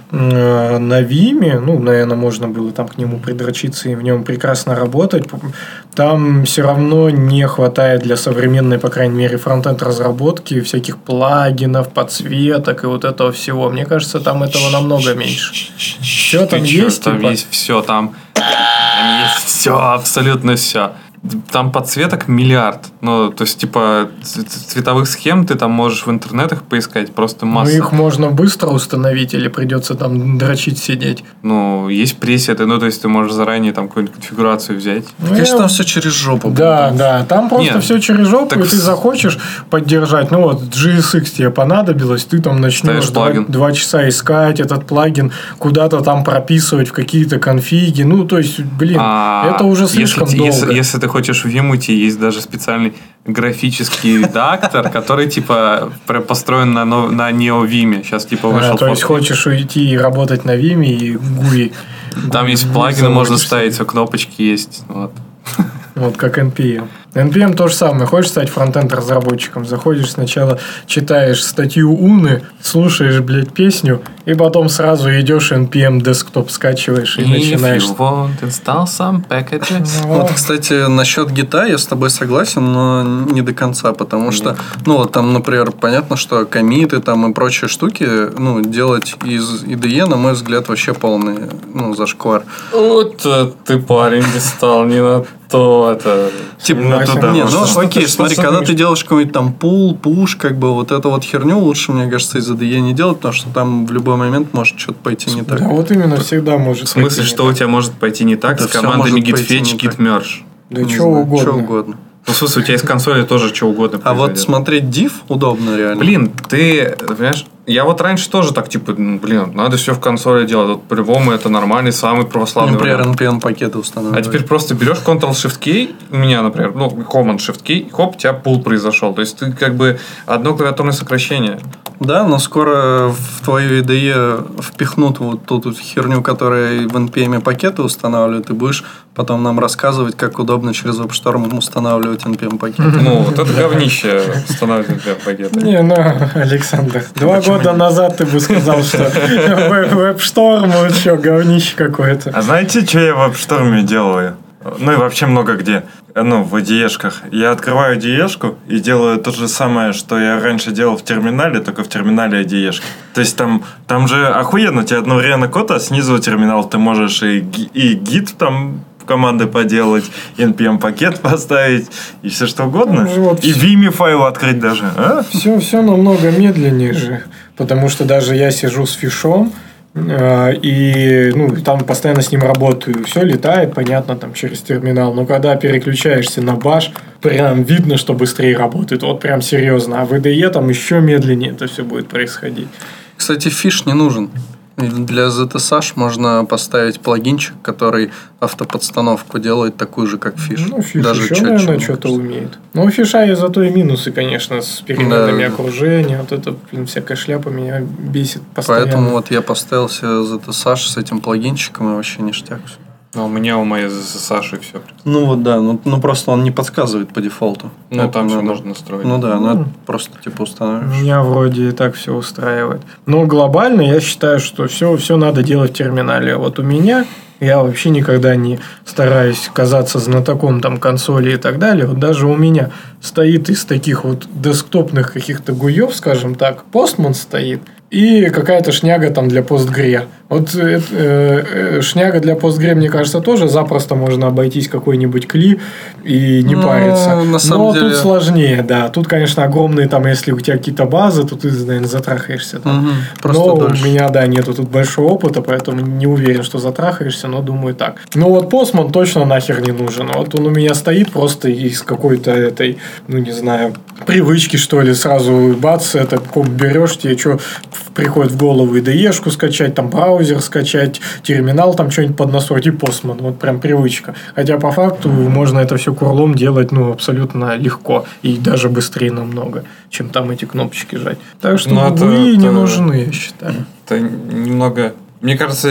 э, на Vime, ну, наверное, можно было там к нему придрочиться и в нем прекрасно работать. Там все равно не хватает для современной, по крайней мере, фронтенд разработки всяких плагинов, подсветок и вот этого всего. Мне кажется, там этого намного меньше. Все там Ты чё, есть, там типа, есть все, там, там есть все, абсолютно все. Там подсветок миллиард. Ну, то есть, типа, ц- цветовых схем ты там можешь в интернетах поискать просто ну, масса. их можно быстро установить или придется там дрочить сидеть. Ну, есть пресеты, ну, то есть ты можешь заранее там какую-нибудь конфигурацию взять. Ну, Конечно, я- там все через жопу. Да, будет. да, там просто Нет, все через жопу, так и ты с- захочешь поддержать. Ну вот, джи эс икс тебе понадобилось, ты там начнешь Ставишь два, плагин. два часа искать этот плагин, куда-то там прописывать в какие-то конфиги. Ну, то есть, блин, А это уже слишком если, долго. Если, если ты хочешь в Vim уйти, есть даже специальный графический редактор, который, типа, пр- построен на, но- на NeoVim. Сейчас, типа, А, вышел. то есть, фото. хочешь уйти и работать на Vime и гуи. Там есть гуи плагины, можно заводишься. ставить, все кнопочки есть. Вот. Вот как эн пи эм. эн пи эм то же самое. Хочешь стать фронтенд-разработчиком? Заходишь сначала, читаешь статью Уны, слушаешь, блядь, песню, и потом сразу идешь эн пи эм Desktop скачиваешь и начинаешь... If you want, install some packages. Вот, кстати, насчет гита я с тобой согласен, но не до конца, потому что, ну, вот там, например, понятно, что коммиты там и прочие штуки, ну, делать из ай ди и, на мой взгляд, вообще полный, ну, зашквар. Вот ты, парень, не стал не на то, это... Типа, не туда, не, ну, может, окей, что-то смотри, когда способность. ты делаешь какой-нибудь там пул, пуш, как бы вот эту вот херню лучше, мне кажется, из ай ди и не делать, потому что там в любой момент может что-то пойти не так. Да, вот именно всегда может В смысле, пойти что не у тебя может пойти не так Да с всё командами может пойти git-fetch, не так. git-merge? Да Не что знаю, угодно. чё угодно. Ну, в смысле, у тебя из консоли тоже что угодно А вот произойдет. смотреть div удобно реально. Блин, ты, понимаешь, я вот раньше тоже так, типа, ну, блин, надо все в консоли делать. Вот по-любому это нормальный, самый православный Например, вариант. эн пи эм пакеты устанавливать. А теперь просто берешь контрол-шифт-кей, у меня, например, ну, Command-Shift-Key, хоп, у тебя пул произошел. То есть ты как бы одно клавиатурное сокращение. Да, но скоро в твою ай ди и впихнут вот ту вот херню, которая в эн пи эм пакеты устанавливает, и будешь потом нам рассказывать, как удобно через WebStorm устанавливать эн пи эм пакеты. Ну, вот это говнище становится для пакета. Не, ну, Александр, два года назад ты бы сказал, что WebStorm, вот что, говнище какое-то. А знаете, что я в WebStorm делаю? Ну и вообще много где. Ну, в ай ди и-шках. Я открываю ай ди и-шку и делаю то же самое, что я раньше делал в терминале, только в терминале ай ди и-шки. То есть там, там же охуенно, у тебя одновременно код, а снизу терминал ты можешь и, ги- и гид там команды поделать, эн пи эм пакет поставить и все что угодно. Там же вот И всё- Vimy файл открыть даже. А? Все, все намного медленнее же, потому что даже я сижу с фишом, э, и ну, там постоянно с ним работаю. Все летает, понятно, там через терминал. Но когда переключаешься на баш, прям видно, что быстрее работает. Вот прям серьезно. А в ай ди и там еще медленнее это все будет происходить. Кстати, фиш не нужен. И для зет эс эйч можно поставить плагинчик, который автоподстановку делает такую же, как фиш. Ну, фиш Даже еще, чётче, наверное, мне что-то кажется. умеет. Но у фиша есть зато и минусы, конечно, с переменными Да, да. окружения. Вот это, блин, всякая шляпа меня бесит постоянно. Поэтому вот я поставил себе зет эс эйч с этим плагинчиком, и вообще ништяк всё. Ну, у меня у моей Саши все. Ну вот да, ну, ну просто он не подсказывает по дефолту. Ну, Это там все надо- можно настроить. Ну да, ну это просто типа устанавливаешь. Меня вроде и так все устраивает. Но глобально я считаю, что все, все надо делать в терминале. Вот у меня я вообще никогда не стараюсь казаться знатоком там консоли и так далее. Вот даже у меня стоит из таких вот десктопных каких-то гуев, скажем так, Postman стоит. И какая-то шняга там для постгре. Вот э, э, шняга для постгре, мне кажется, тоже запросто можно обойтись какой-нибудь кли и не Ну, париться. на самом Но деле- тут сложнее, да. Тут, конечно, огромные там, если у тебя какие-то базы, то ты, наверное, затрахаешься там. Мгм, просто но дольше. у меня, да, нету тут большого опыта, поэтому не уверен, что затрахаешься, но думаю так. Ну вот Postman точно нахер не нужен. Вот он у меня стоит просто из какой-то этой, ну не знаю, привычки, что ли, сразу бац, это комп берешь, тебе что приходит в голову ай ди и-шку скачать, там браузер скачать, терминал там что-нибудь поднастроить и Postman. Вот прям привычка. Хотя по факту можно это все курлом делать, ну, абсолютно легко и даже быстрее намного, чем там эти кнопочки жать. Так что Ну, это- гуи не это- нужны, я считаю. Это немного... Мне кажется,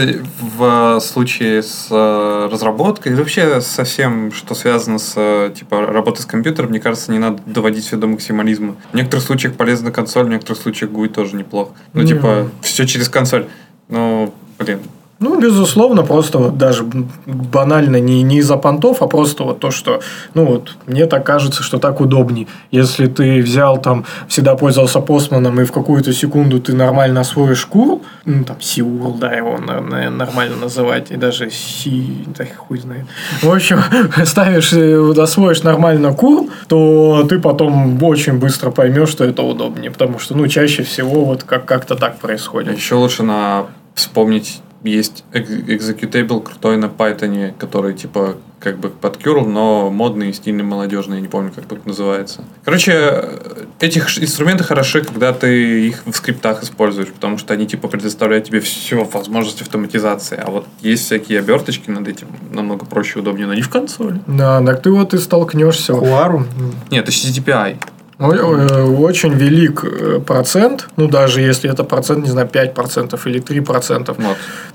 в случае с э, разработкой, и вообще со всем, что связано с э, типа, работой с компьютером, мне кажется, не надо доводить все до максимализма. В некоторых случаях полезна консоль, в некоторых случаях гуи тоже неплохо. Ну, Не. типа, все через консоль. Ну, блин. Ну, безусловно, просто вот даже банально не, не из-за понтов, а просто вот то, что, ну вот, мне так кажется, что так удобней. Если ты взял там, всегда пользовался Postman'ом, и в какую-то секунду ты нормально освоишь курл, ну, там, Си-урл, да, его, наверное, нормально называть, и даже Си, да, хуй знает. В общем, ставишь, э, освоишь нормально курл, то ты потом очень быстро поймешь, что это удобнее, потому что, ну, чаще всего вот как- как-то так происходит. Еще лучше на вспомнить, есть экзекьютейбл крутой на Python, который типа как бы под curl, но модный, стильный, молодежный, я не помню, как это называется. Короче, эти х- инструменты хороши, когда ты их в скриптах используешь, потому что они типа предоставляют тебе все возможности автоматизации. А вот есть всякие оберточки над этим, намного проще и удобнее, но не в консоли. Да, так ты вот и столкнешься. Куару? Нет, эйч ти ти пи ай. Ой, э, Очень велик э, процент, ну даже если это процент, не знаю, пять процентов или три процента, Вот.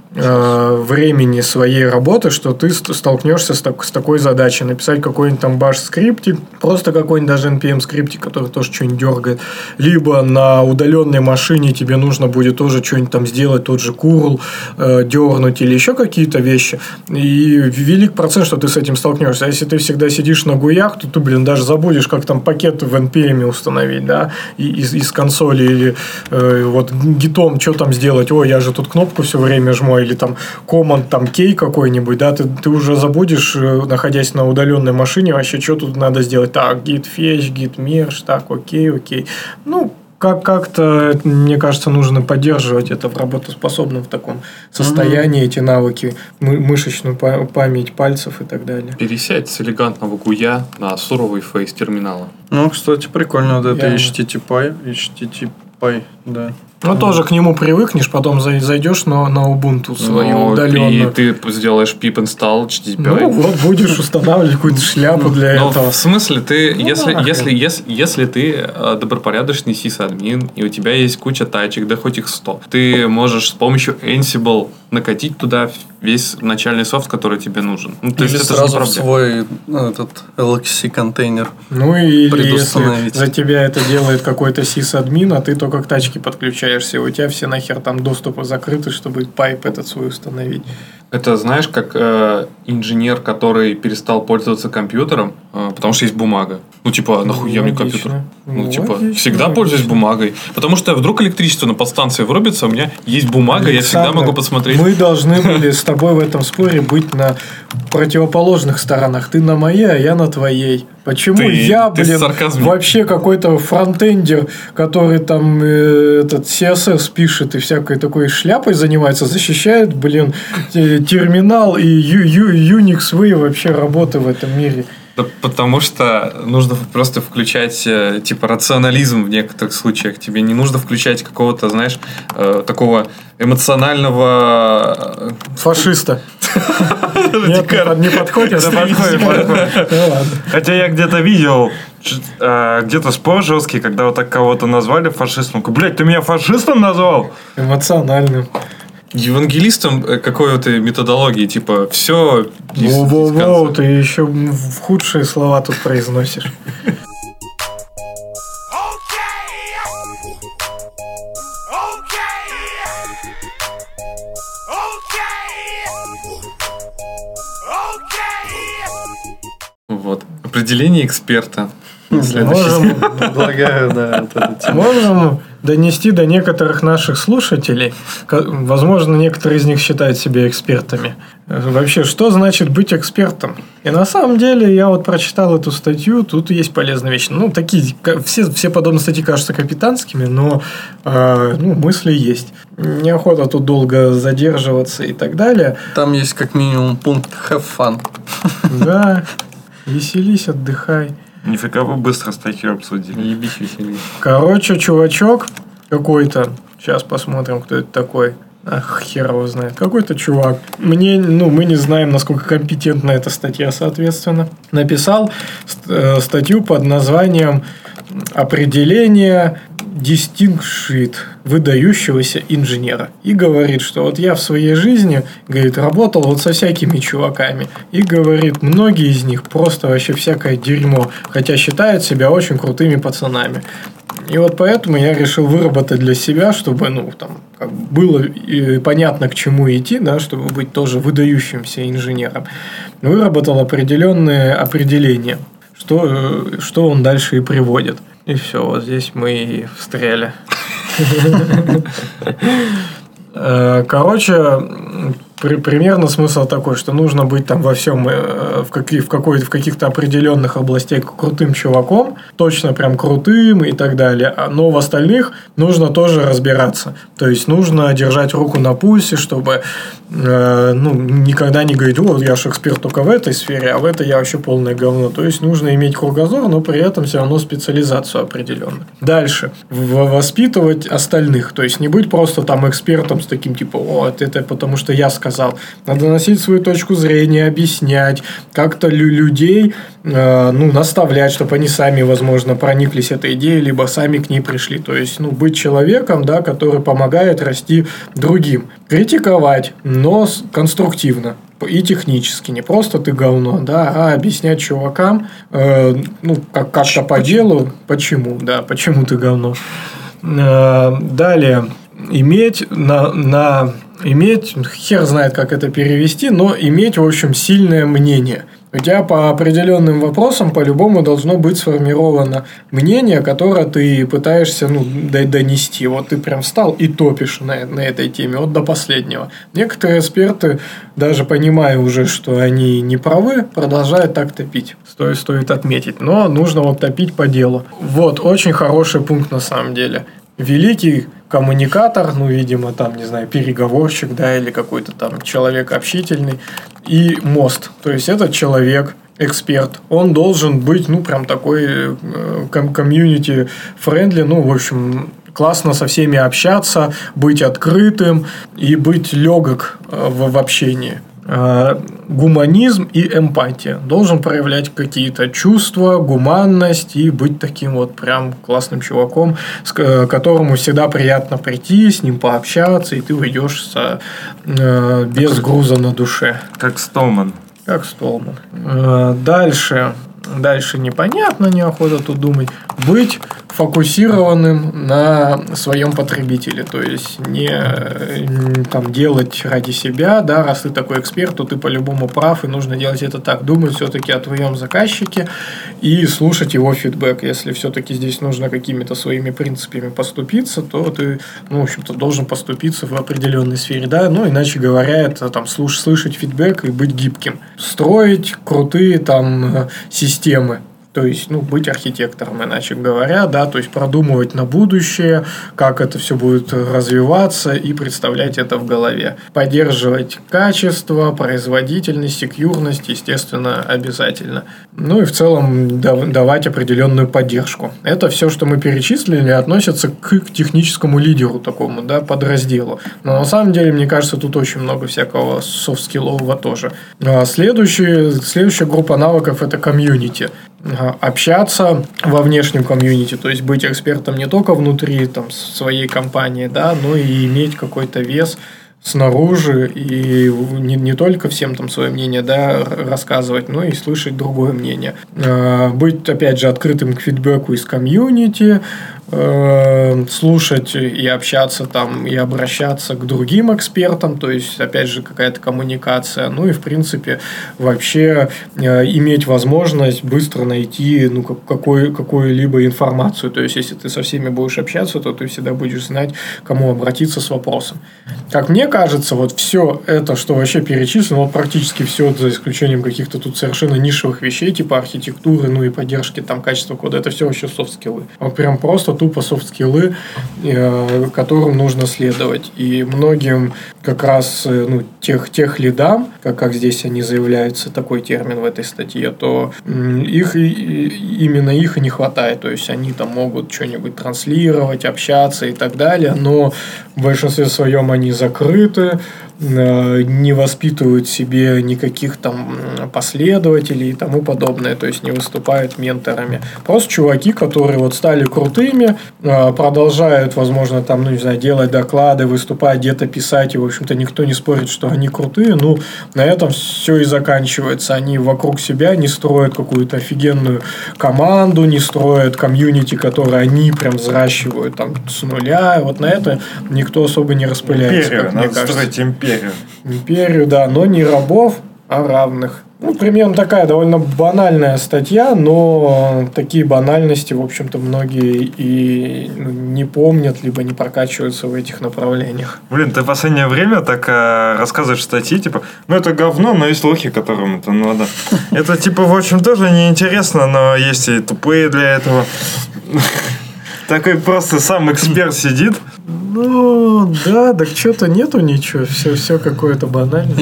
э, времени своей работы, что ты столкнешься с, так, с такой задачей. Написать какой-нибудь там баш-скриптик, просто какой-нибудь даже эн пи эм-скриптик, который тоже что-нибудь дергает. Либо на удаленной машине тебе нужно будет тоже что-нибудь там сделать, тот же курл э, дернуть или еще какие-то вещи. И велик процент, что ты с этим столкнешься. А если ты всегда сидишь на гуях, то ты, блин, даже забудешь, как там пакеты в эн пи эм установить, да, из, из консоли или э, вот гитом что там сделать. Ой, я же тут кнопку все время жму, или там команд, там кей какой-нибудь, да, ты, ты уже забудешь, находясь на удаленной машине, вообще, что тут надо сделать. Так, git fetch, git merge, так, окей, окей. Ну, Как- как-то, мне кажется, нужно поддерживать это в работоспособном в таком состоянии, mm-hmm. эти навыки, мы- мышечную па- память пальцев и так далее. Пересядь с элегантного гуя на суровый фейс терминала. Ну, кстати, прикольно, вот это Я- эйч ти ти пи, эйч ти ти пи, да. Ну, тоже к нему привыкнешь, потом зай- зайдешь на, на Ubuntu свою Ну, удаленную. и ты сделаешь pip install эйч ти ти пи. Ну, вот будешь устанавливать какую-то шляпу для Но этого. в смысле, ты, Ну, если, нахрен. если, если, если ты э, добропорядочный сисадмин, и у тебя есть куча тачек, да хоть их сто, ты можешь с помощью Ansible накатить туда весь начальный софт, который тебе нужен. Ну, то Или есть это же не сразу в проблема. свой ну, этот эл икс си-контейнер. Ну, или если предустановить. за тебя это делает какой-то сисадмин, а ты только к тачке подключаешься, и у тебя все нахер там доступы закрыты, чтобы пайп этот свой установить. Это знаешь, как э, инженер, который перестал пользоваться компьютером, э, потому что есть бумага. Ну, типа, нахуя мне Логично. компьютер? Ну, Ну, типа, логично, всегда логично. пользуюсь бумагой. Потому что вдруг электричество на подстанции вырубится, у меня есть бумага, я всегда Александр, могу посмотреть. Мы должны были с тобой в этом споре быть на противоположных сторонах. Ты на моей, а я на твоей. Почему Ты- я, ты с блин, сарказмом. вообще какой-то фронтендер, который там э, этот си эс эс пишет и всякой такой шляпой занимается, защищает, блин, те- терминал и ю- ю- Unix вы вообще работы в этом мире? Да потому что нужно просто включать, э, типа, рационализм в некоторых случаях. Тебе не нужно включать какого-то, знаешь, э, такого эмоционального... Фашиста. Нет, не под- не подходит? Это подходит, подходит. Ну ладно. Хотя я где-то видел, ч- э, где-то спор жесткий, когда вот так кого-то назвали фашистом. Блять, ты меня фашистом назвал? Эмоциональным. Евангелистом э, какой-то методологии, типа, все... Воу-воу-воу, ты еще в худшие слова тут произносишь. Вот. Определение эксперта. Следующий. Можем, Предлагаю, да, вот эту тему. можем донести до некоторых наших слушателей, ко- возможно, некоторые из них считают себя экспертами. Э, Вообще, что значит быть экспертом? И на самом деле, я вот прочитал эту статью, тут есть полезные вещи. Ну, такие, ка- все, все подобные статьи кажутся капитанскими, но э, ну, мысли есть. Неохота тут долго задерживаться и так далее. Там есть как минимум пункт have fun. Да, веселись, отдыхай. Нифига вы быстро статью обсудили. Ебись веселее. Короче, чувачок какой-то, сейчас посмотрим, кто это такой. Ах, хер его знает. Какой-то чувак. Мне, ну, мы не знаем, насколько компетентна эта статья, соответственно. Написал ст- э, статью под названием «Определение distinguished выдающегося инженера». И говорит, что вот я в своей жизни, говорит, работал вот со всякими чуваками. И говорит, многие из них просто вообще всякое дерьмо, хотя считают себя очень крутыми пацанами. И вот поэтому я решил выработать для себя, чтобы, ну, там, как бы было э, понятно, к чему идти, да, чтобы быть тоже выдающимся инженером. Выработал определенные определения, что, э, что он дальше и приводит. И все, вот здесь мы и встряли. Э, Короче, при- примерно смысл такой, что нужно быть там во всем, э, в, каких, в, какой, в каких-то определенных областях крутым чуваком, точно прям крутым и так далее, А- но в остальных нужно тоже разбираться. То есть, нужно держать руку на пульсе, чтобы э, ну, никогда не говорить, о, я же эксперт только в этой сфере, а в этой я вообще полное говно. То есть, нужно иметь кругозор, но при этом все равно специализацию определенную. Дальше. В- воспитывать остальных. То есть, не быть просто там экспертом с таким типа, о, это, это потому что я сказал, сказал. Надо доносить свою точку зрения, объяснять, как-то лю- людей э, ну, наставлять, чтобы они сами, возможно, прониклись этой идеей, либо сами к ней пришли. То есть, ну, быть человеком, да, который помогает расти другим. Критиковать, но конструктивно. И технически, не просто ты говно, да, а объяснять чувакам, э, ну, как- как-то по делу, почему, да, почему ты говно. Э, далее, иметь на, на иметь, хер знает, как это перевести, но иметь, в общем, сильное мнение. У тебя по определенным вопросам по-любому должно быть сформировано мнение, которое ты пытаешься ну, донести. Вот ты прям встал и топишь на, на этой теме, вот до последнего. Некоторые эксперты, даже понимая уже, что они не правы, продолжают так топить. Стоит, стоит отметить. Но нужно вот топить по делу. Вот, очень хороший пункт на самом деле. Великий коммуникатор, ну, видимо, там, не знаю, переговорщик, да, или какой-то там человек общительный, и мост. То есть, этот человек, эксперт, он должен быть, ну, прям такой комьюнити-френдли, ну, в общем, классно со всеми общаться, быть открытым и быть легок в, в общении. Гуманизм и эмпатия. Должен проявлять какие-то чувства, гуманность и быть таким вот прям классным чуваком, к которому всегда приятно прийти, с ним пообщаться, и ты уйдешь со, э, без груза на душе. Как Столман. Как Столман. Э, дальше. Дальше непонятно, неохота тут думать. Быть фокусированным на своем потребителе. То есть, не там, делать ради себя. Да, раз ты такой эксперт, то ты по-любому прав, и нужно делать это так. Думать все-таки о твоем заказчике и слушать его фидбэк. Если все-таки здесь нужно какими-то своими принципами поступиться, то ты, ну, в общем-то, должен поступиться в определенной сфере. Да? Ну, иначе говоря, это там, слуш- слышать фидбэк и быть гибким. Строить крутые там системы. Системы. То есть, ну, быть архитектором, иначе говоря, да, то есть продумывать на будущее, как это все будет развиваться и представлять это в голове. Поддерживать качество, производительность, секьюрность, естественно, обязательно. Ну и в целом давать определенную поддержку. Это все, что мы перечислили, относится к техническому лидеру такому, да, подразделу. Но на самом деле, мне кажется, тут очень много всякого софт-скиллового тоже. Следующая, следующая группа навыков – это комьюнити. Общаться во внешнем комьюнити, то есть быть экспертом не только внутри там, своей компании, да, но и иметь какой-то вес снаружи и не, не только всем там свое мнение, да, рассказывать, но и слышать другое мнение. Быть, опять же, открытым к фидбэку из комьюнити, слушать и общаться там, и обращаться к другим экспертам, то есть, опять же, какая-то коммуникация, ну и, в принципе, вообще иметь возможность быстро найти ну, какой, какую-либо информацию, то есть, если ты со всеми будешь общаться, то ты всегда будешь знать, к кому обратиться с вопросом. Как мне кажется, вот все это, что вообще перечислено, вот практически все, за исключением каких-то тут совершенно нишевых вещей, типа архитектуры, ну и поддержки там качества кода, это все вообще софт-скиллы. Вот прям просто тупо софт-скиллы, которым нужно следовать. И многим как раз ну, тех, тех лидам, как, как здесь они заявляются, такой термин в этой статье, то их, именно их и не хватает. То есть, они там могут что-нибудь транслировать, общаться и так далее, но в большинстве своем они закрыты, не воспитывают в себе никаких там последователей и тому подобное, то есть не выступают менторами. Просто чуваки, которые вот стали крутыми, продолжают, возможно, там, ну, не знаю, делать доклады, выступать, где-то писать, и, в общем-то, никто не спорит, что они крутые, ну, на этом все и заканчивается. Они вокруг себя не строят какую-то офигенную команду, не строят комьюнити, которое они прям взращивают там с нуля, вот на это никто особо не распыляется. Империю, надо строить империю. Империю, да, но не рабов, а равных. Ну, примерно такая довольно банальная статья, но такие банальности, в общем-то, многие и не помнят, либо не прокачиваются в этих направлениях. Блин, ты в последнее время так э, рассказываешь статьи, типа, ну, это говно, но есть лохи, которым это надо. Это, типа, в общем, тоже неинтересно, но есть и тупые для этого. Такой просто сам эксперт сидит. Ну, да, так что-то нету ничего, все, все какое-то банальное.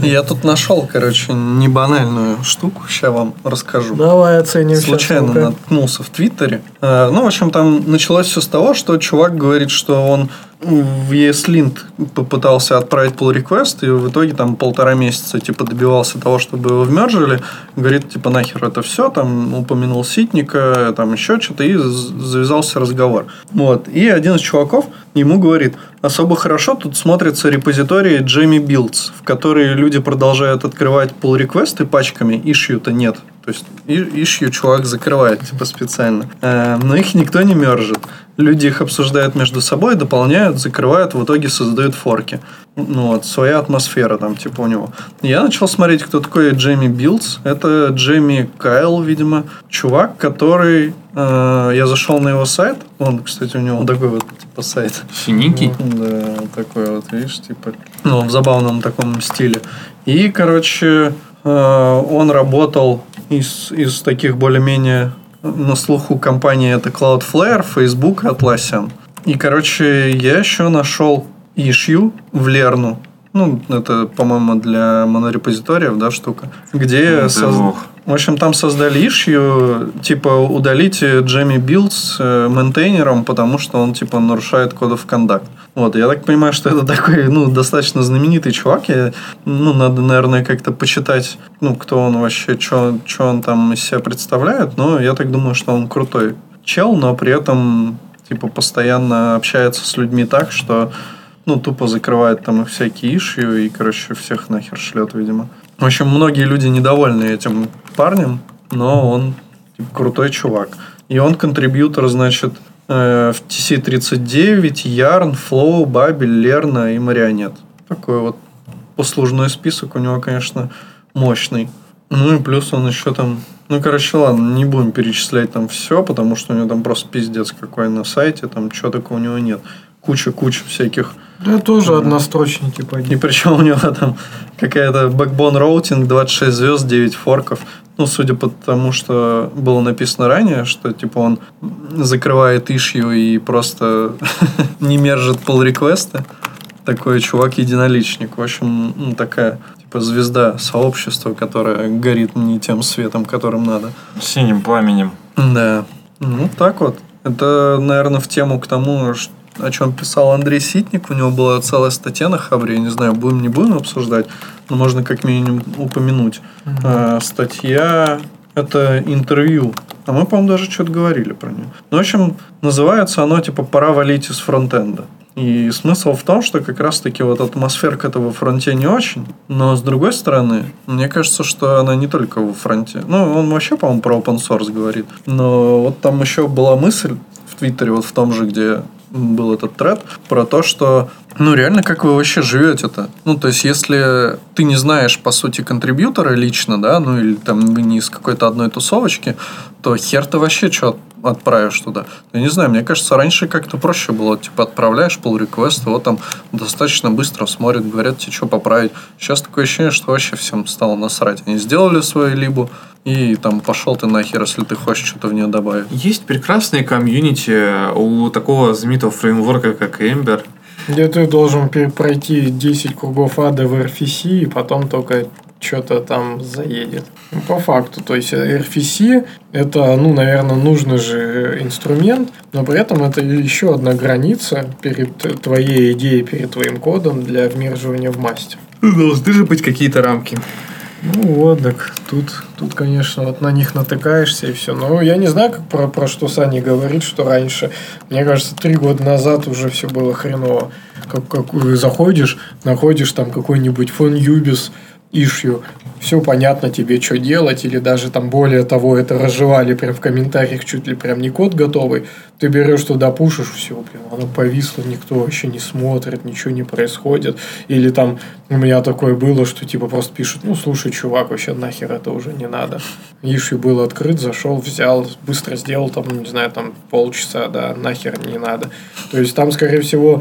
Я тут нашел, короче, не банальную штуку, сейчас вам расскажу. Давай оценим. Случайно наткнулся в Твиттере. Ну, в общем, там началось все с того, что чувак говорит, что он в и эс Lint попытался отправить pull request, и в итоге там полтора месяца типа добивался того, чтобы его вмержили. Говорит, типа, нахер это все, там упомянул Ситника, там еще что-то, и завязался разговор. Вот. И один из чуваков ему говорит, особо хорошо тут смотрится репозиторий Jammy Builds, в который люди продолжают открывать pull request пачками, issue-то нет. То есть issue чувак закрывает типа специально. Но их никто не мержит. Люди их обсуждают между собой, дополняют, закрывают, в итоге создают форки. Ну вот, своя атмосфера там типа у него. Я начал смотреть, кто такой Jammy Builds. Это Джейми Кайл, видимо. Чувак, который... Э, я зашел на его сайт. Он, кстати, у него такой вот типа сайт. Синенький? Да, такой вот, видишь, типа... Ну, в забавном таком стиле. И, короче, э, он работал из, из таких более-менее... На слуху компании это Cloudflare, Facebook и Atlassian. И, короче, я еще нашел issue в Лерну. Ну, это, по-моему, для монорепозиториев, да, штука. Где... Ну, соз... В общем, там создали issue, типа, удалите Jammy Builds мейнтейнером, потому что он, типа, нарушает Code of Conduct. Вот, я так понимаю, что это такой, ну, достаточно знаменитый чувак. Я, ну, надо, наверное, как-то почитать, ну, кто он вообще, что он там из себя представляет. Но я так думаю, что он крутой чел, но при этом, типа, постоянно общается с людьми так, что, ну, тупо закрывает там их всякие issue и, короче, всех нахер шлет, видимо. В общем, многие люди недовольны этим парнем, но он, типа, крутой чувак. И он контрибьютор, значит, в ти си тридцать девять, Yarn, Flow, Babel, Lerna и Marionette. Такой вот послужной список у него, конечно, мощный. Ну и плюс он еще там... Ну, короче, ладно, не будем перечислять там все, потому что у него там просто пиздец какой на сайте, там чего такого у него нет. Куча-куча всяких... Да, тоже однострочники пойди. И причем у него там какая-то backbone routing, двадцать шесть звезд, девять форков. Ну, судя по тому, что было написано ранее, что типа он закрывает issue и просто не мержит pull реквесты. Такой чувак-единоличник. В общем, ну, такая типа звезда сообщества, которая горит не тем светом, которым надо. Синим пламенем. Да. Ну, так вот. Это, наверное, в тему к тому, что о чем писал Андрей Ситник. У него была целая статья на Хабре. Я не знаю, будем, не будем обсуждать, но можно как минимум упомянуть. Mm-hmm. А, статья – это интервью. А мы, по-моему, даже что-то говорили про нее. Ну, в общем, называется оно типа «Пора валить из фронтенда». И смысл в том, что как раз-таки вот атмосферка этого фронте не очень. Но, с другой стороны, мне кажется, что она не только во фронте. Ну, он вообще, по-моему, про open source говорит. Но вот там еще была мысль в Твиттере, вот в том же, где... был этот тред про то, что ну реально как вы вообще живете-то? Ну то есть если ты не знаешь по сути контрибьютора лично, да, ну или там вы не из какой-то одной тусовочки, то хер ты вообще что отправишь туда? Я не знаю, мне кажется, раньше как-то проще было, типа отправляешь pull request, его там достаточно быстро смотрят, говорят тебе, что поправить. Сейчас такое ощущение, что вообще всем стало насрать. Они сделали свою либу, и там пошел ты нахер, если ты хочешь что-то в нее добавить. Есть прекрасные комьюнити у такого знаменитого фреймворка, как Ember. Где ты должен пройти десять кругов ада в эр эф си, и потом только что-то там заедет. Ну, по факту. То есть эр эф си это, ну, наверное, нужный же инструмент, но при этом это еще одна граница перед твоей идеей, перед твоим кодом для вмерживания в мастер. Должны же быть какие-то рамки. Ну вот, так тут, тут, конечно, вот на них натыкаешься и все. Но я не знаю, как про, про что Саня говорит, что раньше. Мне кажется, три года назад уже все было хреново. Как, как заходишь, находишь там какой-нибудь фон Юбис issue, все понятно тебе, что делать, или даже там более того, это разжевали прям в комментариях, чуть ли прям не код готовый, ты берешь туда, пушишь, все, прям оно повисло, никто вообще не смотрит, ничего не происходит, или там у меня такое было, что типа просто пишут, ну, слушай, чувак, вообще нахер это уже не надо. Issue был открыт, зашел, взял, быстро сделал, там, не знаю, там полчаса, да, нахер не надо. То есть там, скорее всего,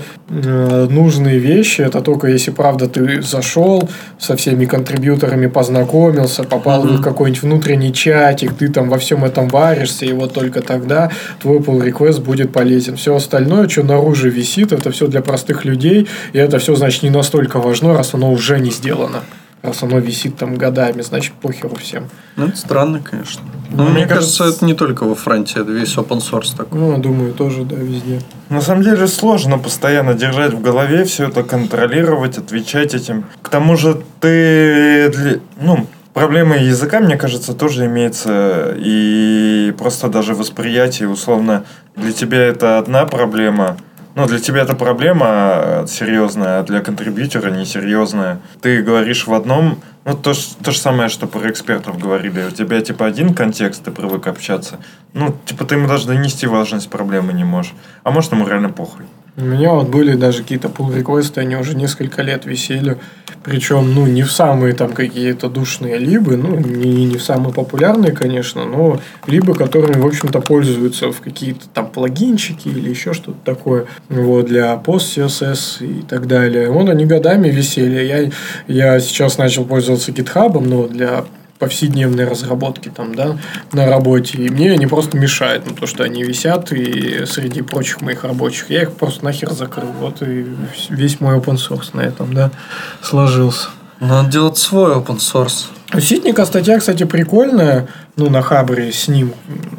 нужные вещи, это только если, правда, ты зашел, со всеми контрибьюторами познакомился, попал mm-hmm. в какой-нибудь внутренний чатик, ты там во всем этом варишься, и вот только тогда твой pull request будет полезен. Все остальное, что наружу висит, это все для простых людей, и это все, значит, не настолько важно, раз оно уже не сделано. Раз оно висит там годами, значит, похеру всем. Ну, это странно, конечно. Но ну, мне, мне кажется, кажется, это не только во фронте, это весь open source такой. Ну, думаю, тоже, да, везде. На самом деле сложно постоянно держать в голове все это, контролировать, отвечать этим. К тому же ты... Ну, проблема языка, мне кажется, тоже имеется. И просто даже восприятие, условно, для тебя это одна проблема. Ну, для тебя это проблема серьезная, а для контрибьютора несерьезная. Ты говоришь в одном... Ну, то, то же самое, что про экспертов говорили. У тебя, типа, один контекст, ты привык общаться. Ну, типа, ты ему даже донести важность проблемы не можешь. А может, ему реально похуй. У меня вот были даже какие-то pull-реквесты, они уже несколько лет висели. Причем, ну, не в самые там какие-то душные либы, ну, не, не в самые популярные, конечно, но либы, которыми, в общем-то, пользуются в какие-то там плагинчики или еще что-то такое, вот, для пост си эс эс и так далее. Вот они годами висели. Я, я сейчас начал пользоваться GitHub, но для повседневной разработки там, да, на работе. И мне они просто мешают, ну, то, что они висят, и среди прочих моих рабочих. Я их просто нахер закрыл. Вот и весь мой open source на этом, да, сложился. Надо делать свой open source. У Ситника статья, кстати, прикольная, ну, на Хабре с ним,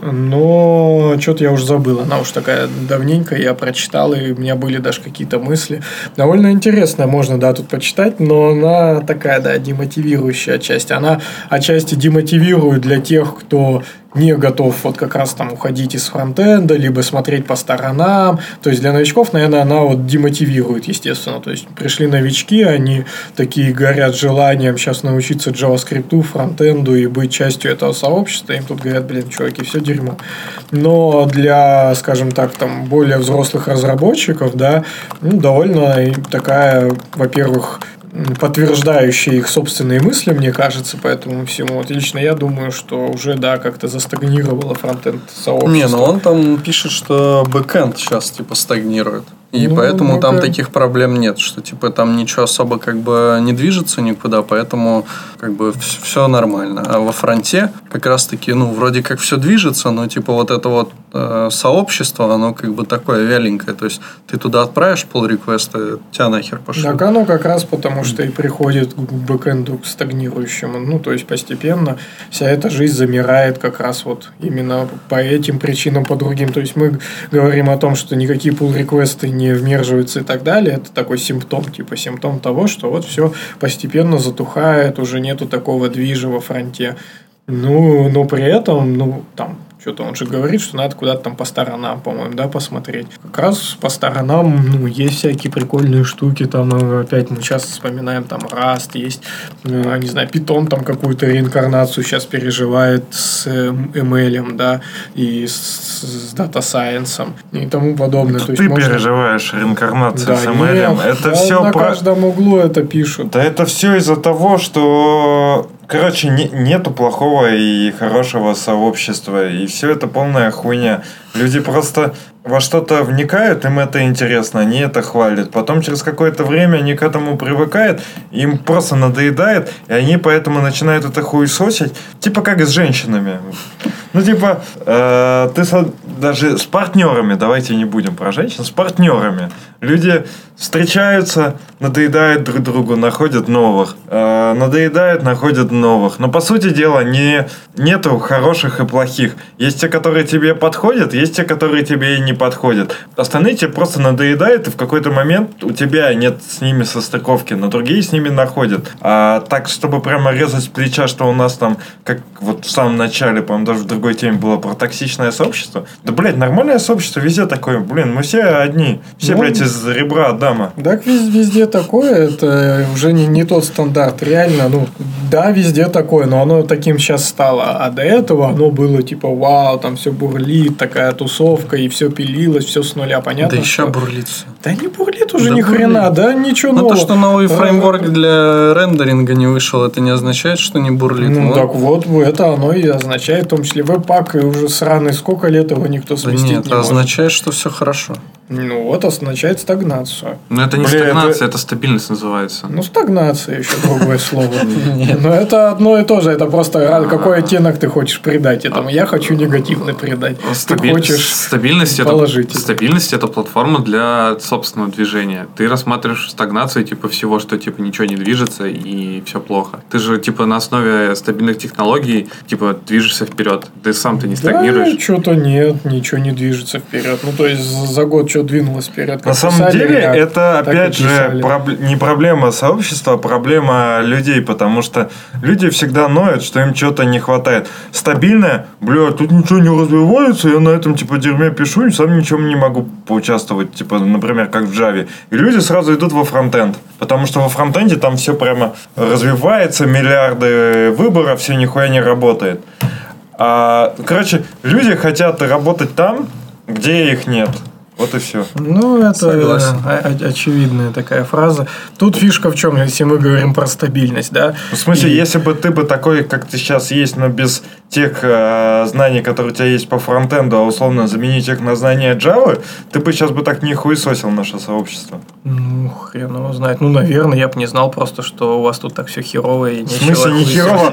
но что-то я уже забыл, она уж такая давненькая, я прочитал, и у меня были даже какие-то мысли. Довольно интересная, можно, да, тут почитать, но она такая, да, демотивирующая отчасти. Она отчасти демотивирует для тех, кто не готов вот как раз там уходить из фронтенда, либо смотреть по сторонам. То есть, для новичков, наверное, она вот демотивирует, естественно. То есть, пришли новички, они такие горят желанием сейчас научиться JavaScript, фронтенду и быть частью этого сообщества. Им тут говорят, блин, чуваки, все дерьмо. Но для, скажем так, там, более взрослых разработчиков, да, ну, довольно такая, во-первых, подтверждающие их собственные мысли, мне кажется, по этому всему. Вот лично я думаю, что уже, да, как-то застагнировало фронтенд сообщество. Не, но он там пишет, что бэкэнд сейчас, типа, стагнирует. И ну, поэтому ну, там да. таких проблем нет, что типа там ничего особо как бы не движется никуда, поэтому как бы все нормально. А во фронте как раз таки, ну, вроде как все движется, но типа вот это вот э, сообщество, оно как бы такое вяленькое. То есть ты туда отправишь pull-реквесты, тебя нахер пошло. Так оно как раз потому, что и приходит к бэкэнду, к стагнирующему. Ну, то есть постепенно вся эта жизнь замирает как раз вот именно по этим причинам, по другим. То есть мы говорим о том, что никакие pull-реквесты не вмерживаются и так далее, это такой симптом, типа симптом того, что вот все постепенно затухает, уже нету такого движа во фронте. Ну, но при этом, ну, там, что-то он же говорит, что надо куда-то там по сторонам, по-моему, да, посмотреть. Как раз по сторонам, ну, есть всякие прикольные штуки, там, опять мы часто вспоминаем, там, Rust, есть, ну, не знаю, Python там какую-то реинкарнацию сейчас переживает с эм эл, да, и с, с Data Science и тому подобное. То есть ты можно... переживаешь реинкарнацию да, с эм эл? Нет, это да, все на про... каждом углу это пишут. Да это все из-за того, что... Короче, не, нету плохого и хорошего сообщества, и все это полная хуйня. Люди просто во что-то вникают, им это интересно, они это хвалят. Потом через какое-то время они к этому привыкают, им просто надоедает, и они поэтому начинают это хуесосить. Типа как и с женщинами. Ну, типа, э, ты со, даже с партнерами, давайте не будем про женщин, с партнерами. Люди встречаются, надоедают друг другу, находят новых. Э, надоедают, находят новых. Но, по сути дела, не, нету хороших и плохих. Есть те, которые тебе подходят, есть те, которые тебе и не подходят. Остальные тебе просто надоедают, и в какой-то момент у тебя нет с ними состыковки, но другие с ними находят. А так, чтобы прямо резать с плеча, что у нас там, как вот в самом начале, по-моему, даже в другой теме было про токсичное сообщество. Да, блядь, нормальное сообщество везде такое. Блин, мы все одни. Все, ну, блядь, из ребра Адама. Так везде такое. Это уже не, не тот стандарт. Реально, ну, да, везде такое, но оно таким сейчас стало. А до этого оно было типа, вау, там все бурлит, такая тусовка, и все пилилось, все с нуля, понятно? Да что... еще бурлит все. Да не бурлит уже да ни бурлит. Хрена, да, ничего ну, нового. То, что новый фреймворк для рендеринга не вышел, это не означает, что не бурлит. Ну, вот. так вот, это оно и означает, в том числе веб-пак, и уже сраный, сколько лет его никто сместить да нет, не может. означает, что все хорошо. Ну вот, означает стагнацию. Но это не Бля, стагнация, это- это стабильность называется. Ну, стагнация еще другое слово. Но это одно и то же. Это просто ра- какой оттенок ты хочешь придать этому. Я хочу негативный придать. Ты Стабиль- хочешь Стабильность это, положительный. стабильность это платформа для собственного движения. Ты рассматриваешь стагнацию типа всего, что типа ничего не движется и все плохо. Ты же типа на основе стабильных технологий типа движешься вперед. Ты сам-то не стагнируешь. Да, что-то нет, ничего не движется вперед. Ну, то есть за год что двинулось вперед? На самом деле, это опять же писали. проб- не проблема сообщества, а проблема людей, потому что люди всегда ноют, что им чего-то не хватает. Стабильное, бля, тут ничего не развивается, я на этом типа дерьме пишу и сам ничем не могу поучаствовать, типа, например, как в Java. И люди сразу идут во фронтенд, потому что во фронтенде там все прямо развивается, миллиарды выборов, все нихуя не работает. А, короче, люди хотят работать там, где их нет. Вот и все. Ну, это Согласен. о- о- очевидная такая фраза. Тут фишка в чем, если мы говорим про стабильность, да? В смысле, И- если бы ты бы такой, как ты сейчас есть, но без тех э, знаний, которые у тебя есть по фронтенду, а условно заменить их на знания Java, ты бы сейчас бы так не хуесосил наше сообщество. Ну, хрен его знает. Ну, наверное, я бы не знал просто, что у вас тут так все херово и В нечего. смысле, не хуесосить. херово?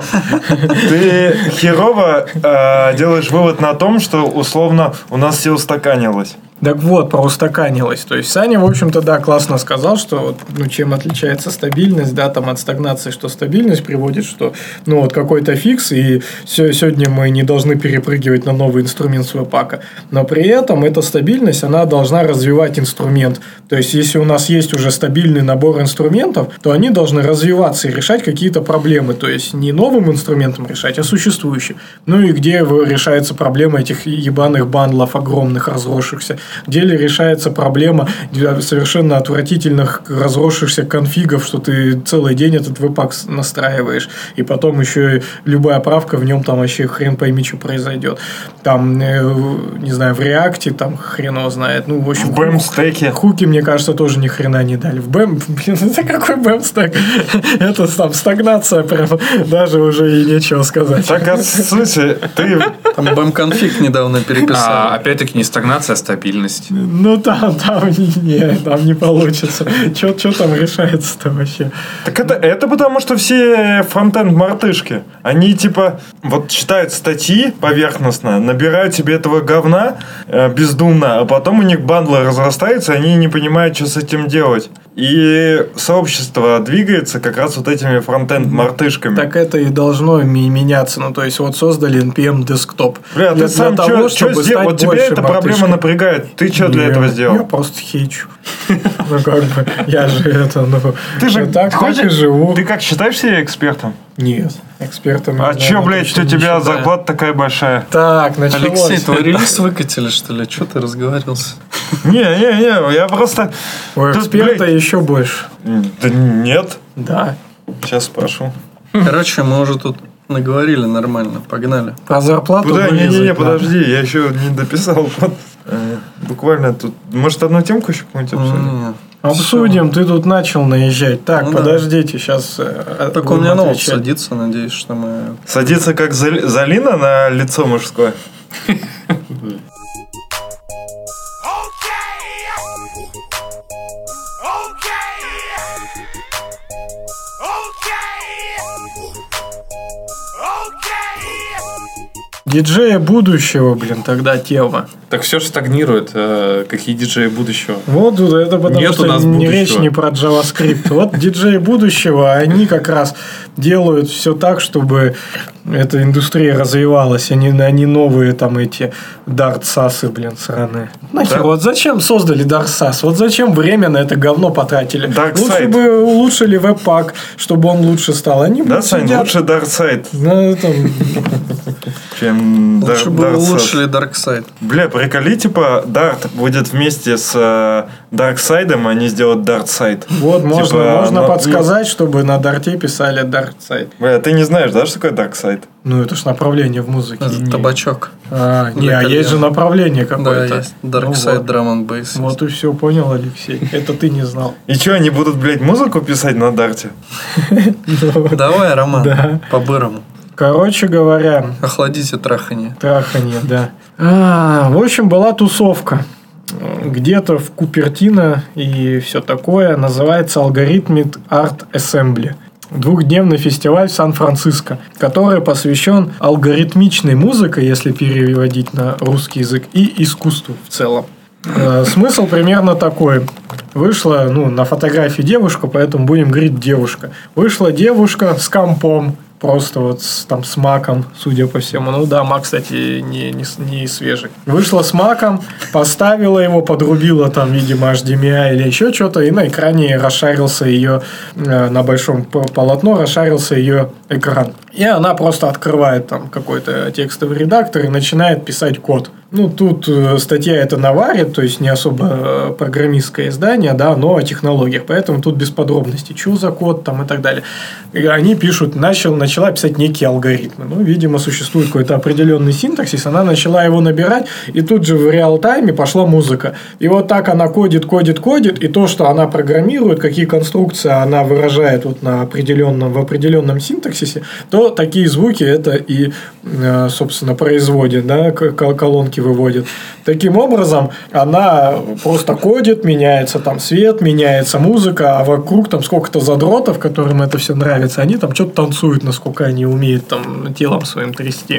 Ты херово э, делаешь вывод на том, что условно у нас все устаканилось. Так вот, про устаканилось. То есть Саня, в общем-то, да, классно сказал, что вот, ну, чем отличается стабильность, да, там от стагнации, что стабильность приводит, что ну вот какой-то фикс, и все, сегодня мы не должны перепрыгивать на новый инструмент с веб-пака. Но при этом эта стабильность, она должна развивать инструмент. То есть, если у нас есть уже стабильный набор инструментов, то они должны развиваться и решать какие-то проблемы. То есть, не новым инструментом решать, а существующим. Ну и где в- решается проблема этих ебаных бандлов огромных, разросшихся. Где ли решается проблема совершенно отвратительных разросшихся конфигов, что ты целый день этот веб-пак настраиваешь, и потом еще и любая правка в нем там вообще хрен пойми, что произойдет. Там, э, не знаю, в React там хрен его знает. Ну, в общем, В бэм-стеке. хуки, мне кажется, тоже ни хрена не дали. В бэм, блин, это какой бэм-стек? Это там стагнация прям, даже уже и нечего сказать. Так, а в смысле, ты... Там бэм-конфиг недавно А, переписали. опять-таки не стагнация, а стабильность. Ну там, там, не, там не получится. Что там решается-то вообще? Так это, это потому, что все фронтенд-мартышки, они типа вот читают статьи поверхностно, набирают себе этого говна э, бездумно, а потом у них бандлы разрастаются, и они не понимают, что с этим делать. И сообщество двигается как раз вот этими фронтенд-мартышками. Так это и должно ми- меняться. Ну, то есть, вот создали эн пи эм десктоп. Бля, ты Для- сам для того, что чтобы сделал? стать Вот тебя больше эта проблема мартышкой. напрягает. Ты что для Не, этого Я сделал? просто хейчу. Ну, как бы, я же это, ну... Ты же так, так и хочешь- живу. Ты как считаешь себя экспертом? Нет, экспертом... А я, чё, наверное, блядь, точно у не тебя считаю. зарплата такая большая? Так, началось. Алексей, твой релиз выкатили, что ли? Че ты разговаривался? Не-не-не, я просто... У Тут, эксперта блядь, еще больше. Да нет. Да. Сейчас спрошу. Короче, мы уже тут наговорили нормально. Погнали. Про зарплату Куда? вырезать Не-не-не, надо. подожди, я еще не дописал. Вот, э, Буквально тут... Может, одну темку еще какую-нибудь обсудим? Нет. Обсудим, ты тут начал наезжать. Так, Ну да. подождите, сейчас... Так у меня ноут садится, надеюсь, что мы... Садится как Зали- Залина на лицо мужское. Диджея будущего, блин, тогда тема. Так все же стагнирует. э, Какие диджеи будущего? Вот тут это потому Нет у что нас не будущего. речь не про JavaScript. Вот диджеи будущего, они как раз делают все так, чтобы эта индустрия развивалась. Они, они новые там эти дартсасы, блин, сраные. Нахер, Да. вот зачем создали дартсас? Вот зачем время на это говно потратили? Dark Лучше Side. бы улучшили веб-пак, чтобы он лучше стал. Они Да, блин, Сань, сидят лучше Dark Side, на этом... чем Лучше Dark бы Dark Side. улучшили Dark Side. Бля, приколи, типа, Dart будет вместе с э, Dark Side, а они сделают Dark Side. Вот, можно, Типа, можно ну, подсказать, чтобы на дарте писали Dark Side. Бля, ты не знаешь, да, что такое Dark Side? Ну, это ж направление в музыке. Это Не- табачок. А, не, Для а есть же кальяна. направление Да, какое-то. есть. Dark Ну Side вот. Drum and Bass. Вот и все, понял, Алексей. Это ты не знал. И что, они будут, блядь, музыку писать на Дарте? Давай, Роман, Да. по-бырому. Короче говоря, Охладите траханье. траханье, да. А, в общем, была тусовка. где-то в Купертино и все такое. Называется Algorithmic Art Assembly. Двухдневный фестиваль в Сан-Франциско, который посвящен алгоритмичной музыке, если переводить на русский язык, и искусству в целом. Смысл примерно такой. Вышла, ну, на фотографии девушка, поэтому будем говорить девушка. Вышла девушка с компом, просто вот с, там, с маком, судя по всему. Ну да, мак, кстати, не, не, не свежий. Вышла с маком, поставила его, подрубила там, видимо, эйч ди эм ай или еще что-то, и на экране расшарился ее, э, на большом полотно расшарился ее экран. И она просто открывает там какой-то текстовый редактор и начинает писать код. Ну, тут статья это наварит, то есть не особо программистское издание, да, но о технологиях. Поэтому тут без подробностей, что за код там и так далее. И они пишут, начал, начала писать некие алгоритмы. Ну, видимо, существует какой-то определенный синтаксис. Она начала его набирать, и тут же в реал-тайме пошла музыка. И вот так она кодит, кодит, кодит, и то, что она программирует, какие конструкции она выражает вот на определенном, в определенном синтаксисе, то такие звуки это и, собственно, производит, да, колонки выводит. Таким образом, она просто кодит, меняется там свет, меняется музыка, а вокруг там сколько-то задротов, которым это все нравится, они там что-то танцуют, насколько они умеют там телом своим трясти.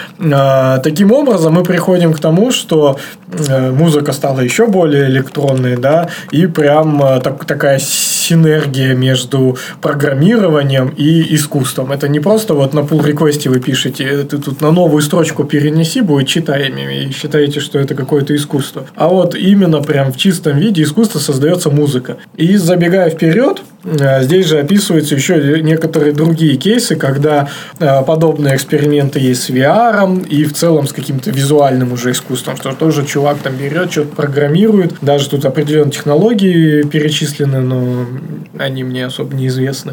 А, таким образом, мы приходим к тому, что музыка стала еще более электронной, да, и прям так, такая синергия между программированием и искусством. Это не просто вот на pull-request вы пишете, ты тут на новую строчку перенеси, будет читаемыми, и считаете, что это какое-то искусство. А вот именно прям в чистом виде искусство создается музыка. И забегая вперед, здесь же описываются еще некоторые другие кейсы, когда подобные эксперименты есть с ви ар и в целом с каким-то визуальным уже искусством, что тоже чувак там берет, что-то программирует. Даже тут определенные технологии перечислены, но они мне особо неизвестны.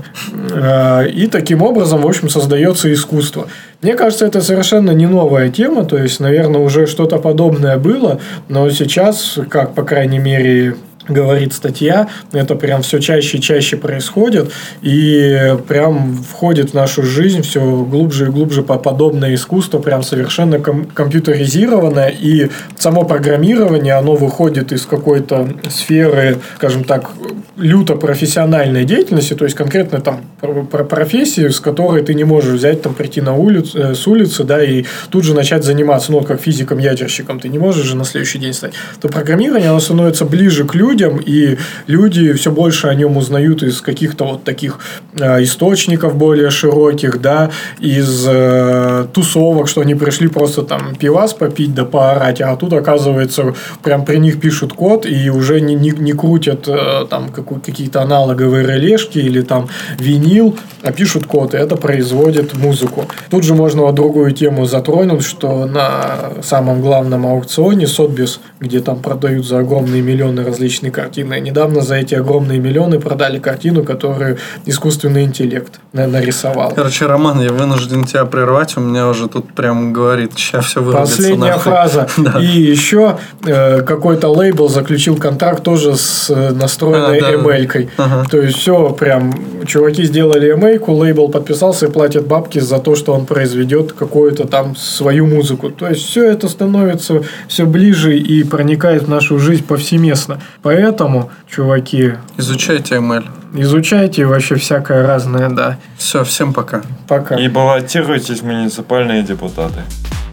И таким образом, в общем, создается искусство. Мне кажется, это совершенно не новая тема, то есть, наверное, уже что-то подобное было, но сейчас, как, по крайней мере, говорит статья, это прям все чаще и чаще происходит, и прям входит в нашу жизнь все глубже и глубже по подобное искусство, прям совершенно ком- компьютеризированное, и само программирование, оно выходит из какой-то сферы, скажем так, люто профессиональной деятельности, то есть конкретно там про профессии, с которой ты не можешь взять, там, прийти на улицу, э, с улицы, да, и тут же начать заниматься, ну, вот как физиком-ядерщиком, ты не можешь же на следующий день стать, то программирование, оно становится ближе к людям, и люди все больше о нем узнают из каких-то вот таких э, источников более широких, да, из э, тусовок, что они пришли просто там пивас попить да поорать, а тут, оказывается, прям при них пишут код и уже не, не, не крутят э, там какие-то аналоговые релешки или там винил, а пишут код, и это производит музыку. Тут же можно вот другую тему затронуть, что на самом главном аукционе Sotheby's, где там продают за огромные миллионы различные картины, недавно за эти огромные миллионы продали картину, которую искусственный интеллект нарисовал. Короче, Роман, я вынужден тебя прервать, у меня уже тут прям говорит, сейчас все вырубится. Последняя нахуй. фраза. Да. И еще э, какой-то лейбл заключил контракт тоже с настроенной а, да, эмэлькой. Ага. То есть все прям, чуваки сделали эмэльку, лейбл подписался и платят бабки за то, что он произведет какую-то там свою музыку. То есть все это становится все ближе и проникает в нашу жизнь повсеместно. Поэтому, чуваки, изучайте эм эль. Изучайте вообще всякое разное, да. Все, всем пока. Пока. И баллотируйтесь в муниципальные депутаты.